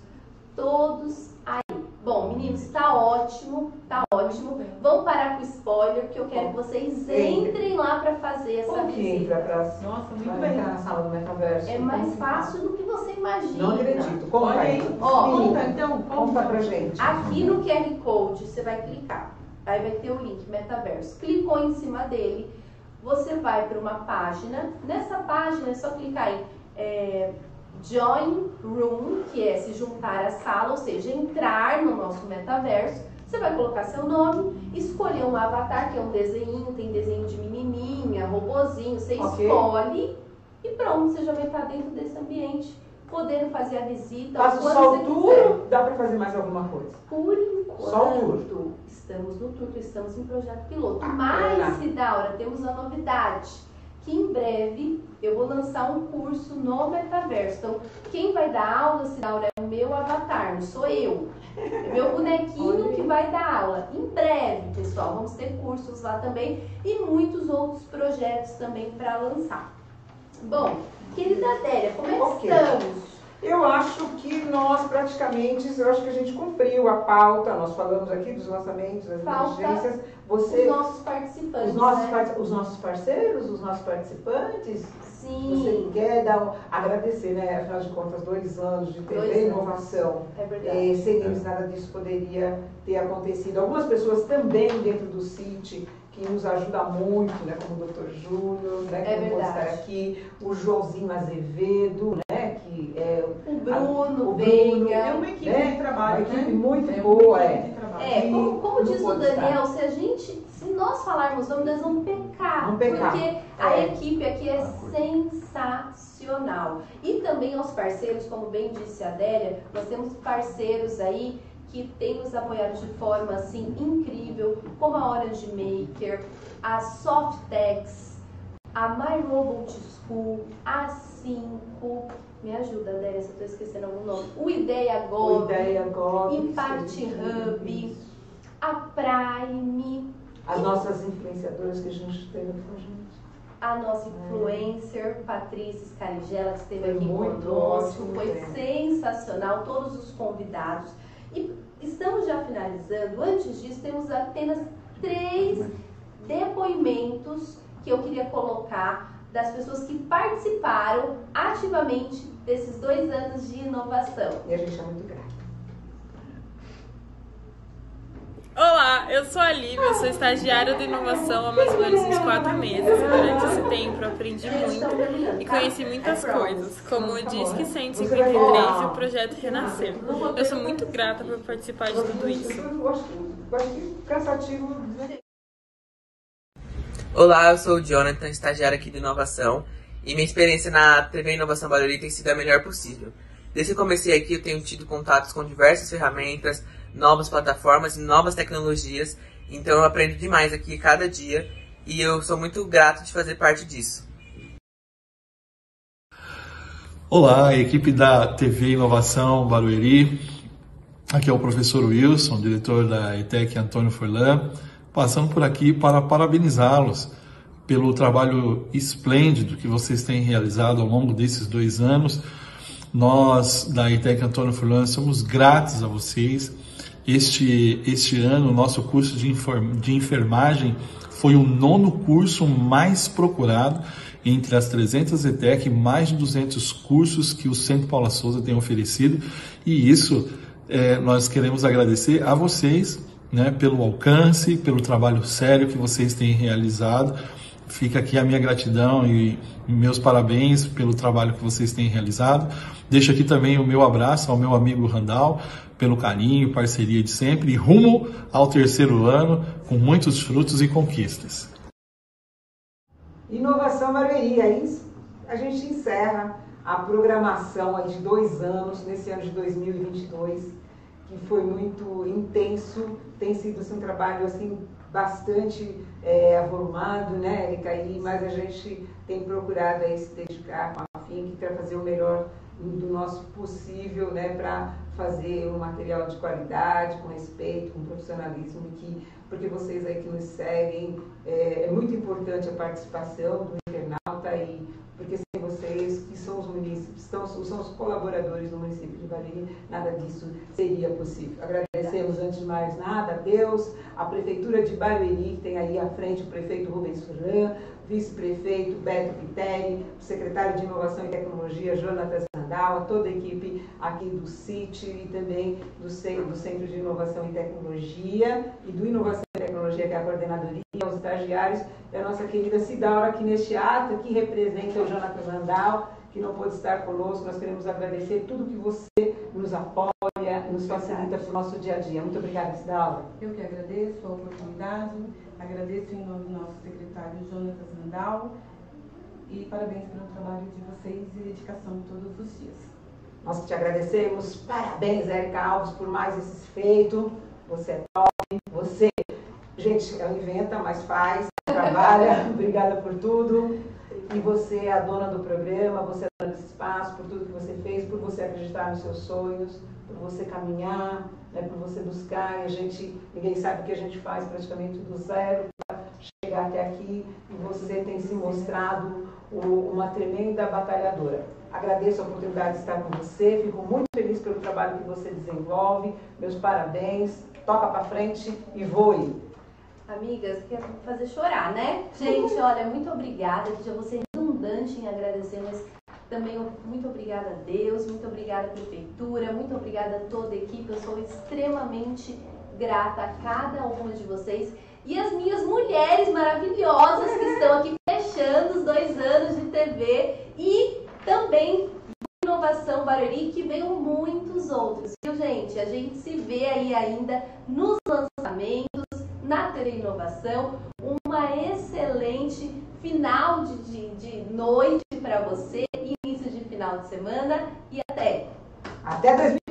todos aí. Bom, meninos, tá ótimo, tá ótimo. Vamos parar com o spoiler, porque eu quero que vocês entrem lá para fazer essa visita. Nossa, muito bem. Entrar na sala do metaverso. É mais fácil do que você imagina. Não acredito. Conta aí. Ó, então, conta pra gente. Aqui no QR Code, você vai clicar. Aí vai ter o link metaverso. Clicou em cima dele, você vai para uma página. Nessa página é só clicar em Join Room, que é se juntar à sala, ou seja, entrar no nosso metaverso. Você vai colocar seu nome, escolher um avatar, que é um desenho, tem desenho de menininha, robozinho, você escolhe e pronto, você já vai estar dentro desse ambiente, podendo fazer a visita. Faça só o tour, dá para fazer mais alguma coisa? Por enquanto, só o tour. Estamos no tour, estamos em projeto piloto. Mas, Cidaura, temos a novidade, que em breve eu vou lançar um curso no metaverso. Então, quem vai dar aula, Cidaura, é o meu avatar, não sou eu. É meu bonequinho que vai dar aula. Em breve, pessoal, vamos ter cursos lá também e muitos outros projetos também para lançar. Bom, querida Adélia, como é que estamos? Eu acho que nós praticamente, eu acho que a gente cumpriu a pauta, nós falamos aqui dos lançamentos, das inteligências. Os nossos participantes, os nossos parceiros, os nossos participantes. Sim. Você quer agradecer, né? Afinal de contas, 2 anos de TV Inovação. É verdade. Sem eles nada disso poderia ter acontecido. Algumas pessoas também dentro do CIT que nos ajuda muito, né? Como o Dr. Júnior, né? Que não pode estar aqui, o Joãozinho Azevedo, né? Que é o Bruno Veiga. É uma equipe de trabalho, uma equipe muito boa, como diz o Daniel, se nós falarmos vamos, nós vamos pecar. Vamos pecar. Porque a equipe aqui é sensacional. E também aos parceiros, como bem disse a Adélia, nós temos parceiros aí que têm nos apoiado de forma assim incrível, como a Orange Maker, a Softex, a My Robot School, a 5, me ajuda, Adélia, se eu estou esquecendo algum nome, o Ideia Gob, Impact Hub, a Prime, as nossas influenciadoras que a gente teve aqui com a gente. A nossa influencer, Patrícia Scarigella, que esteve Foi aqui muito conosco, ótimo, foi sensacional, todos os convidados. E estamos já finalizando. Antes disso, temos apenas 3 depoimentos que eu queria colocar das pessoas que participaram ativamente desses 2 anos de inovação. E a gente é muito grata. Olá, eu sou a Lívia, eu sou estagiária de inovação há mais ou menos uns 4 meses. Durante esse tempo eu aprendi muito e conheci muitas coisas, como o Disque 153 e o Projeto Renascer. Eu sou muito grata por participar de tudo isso. Eu acho cansativo. Olá, eu sou o Jonathan, estagiário aqui de inovação, e minha experiência na TV Inovação Barueri tem sido a melhor possível. Desde que eu comecei aqui, eu tenho tido contatos com diversas ferramentas, novas plataformas e novas tecnologias, então eu aprendo demais aqui cada dia e eu sou muito grato de fazer parte disso. Olá, equipe da TV Inovação Barueri, aqui é o professor Wilson, diretor da ETEC Antônio Furlan, passando por aqui para parabenizá-los pelo trabalho esplêndido que vocês têm realizado ao longo desses 2 anos. Nós da ETEC Antônio Furlan somos gratos a vocês. Este ano, o nosso curso de enfermagem foi o 9º curso mais procurado entre as 300 ETEC, mais de 200 cursos que o Centro Paula Souza tem oferecido. E isso nós queremos agradecer a vocês, né, pelo alcance, pelo trabalho sério que vocês têm realizado. Fica aqui a minha gratidão e meus parabéns pelo trabalho que vocês têm realizado. Deixo aqui também o meu abraço ao meu amigo Randall, pelo carinho e parceria de sempre, e rumo ao 3º ano, com muitos frutos e conquistas. Inovação Barueri, aí a gente encerra a programação aí de 2 anos, nesse ano de 2022, que foi muito intenso, tem sido assim, um trabalho assim, bastante avolumado, né, Érica? Mas a gente tem procurado aí se dedicar com afinco para fazer o melhor do nosso possível, né, para fazer um material de qualidade, com respeito, com profissionalismo, porque vocês aí que nos seguem, é muito importante a participação do internauta, e porque sem vocês, que são os munícipes, são os colaboradores do município de Barueri, nada disso seria possível. Agradecemos, antes de mais nada, a Deus, a Prefeitura de Barueri, que tem aí à frente o prefeito Rubens Furlan, vice-prefeito Beto Piteri, o secretário de Inovação e Tecnologia, Jonatas Randall, a toda a equipe aqui do CIT e também do Centro de Inovação e Tecnologia e do Inovação e Tecnologia, que é a coordenadoria, aos estagiários, e a nossa querida Cidaura aqui neste ato, que representa o Jonatas Randall, que não pôde estar conosco. Nós queremos agradecer tudo que você nos apoia, nos facilita para o nosso dia a dia. Muito obrigada, Cidaura. Eu que agradeço a oportunidade, agradeço em nome do nosso secretário Jonatas Randall e parabéns pelo trabalho de vocês e dedicação todos os dias. Nós que te agradecemos. Parabéns, Érica Alves, por mais esse feito. Você é top. Você, gente, ela inventa, mas faz, trabalha. Obrigada por tudo. E você é a dona do programa, você é a dona desse espaço, por tudo que você fez, por você acreditar nos seus sonhos, por você caminhar, né, por você buscar. E ninguém sabe o que a gente faz praticamente do zero para chegar até aqui. E você tem se mostrado uma tremenda batalhadora. Agradeço a oportunidade de estar com você, fico muito feliz pelo trabalho que você desenvolve. Meus parabéns, toca para frente e voe. Amigas, quer fazer chorar, né? Gente, olha, muito obrigada, que já vou ser redundante em agradecer, mas também muito obrigada a Deus, muito obrigada à Prefeitura, muito obrigada a toda a equipe. Eu sou extremamente grata a cada uma de vocês e as minhas mulheres maravilhosas que estão aqui fechando os 2 anos de TV e também Inovação Barueri, que veio muitos outros, viu, gente? A gente se vê aí ainda nos lançamentos, na TV Inovação. final de noite para você, início de final de semana e até 2020.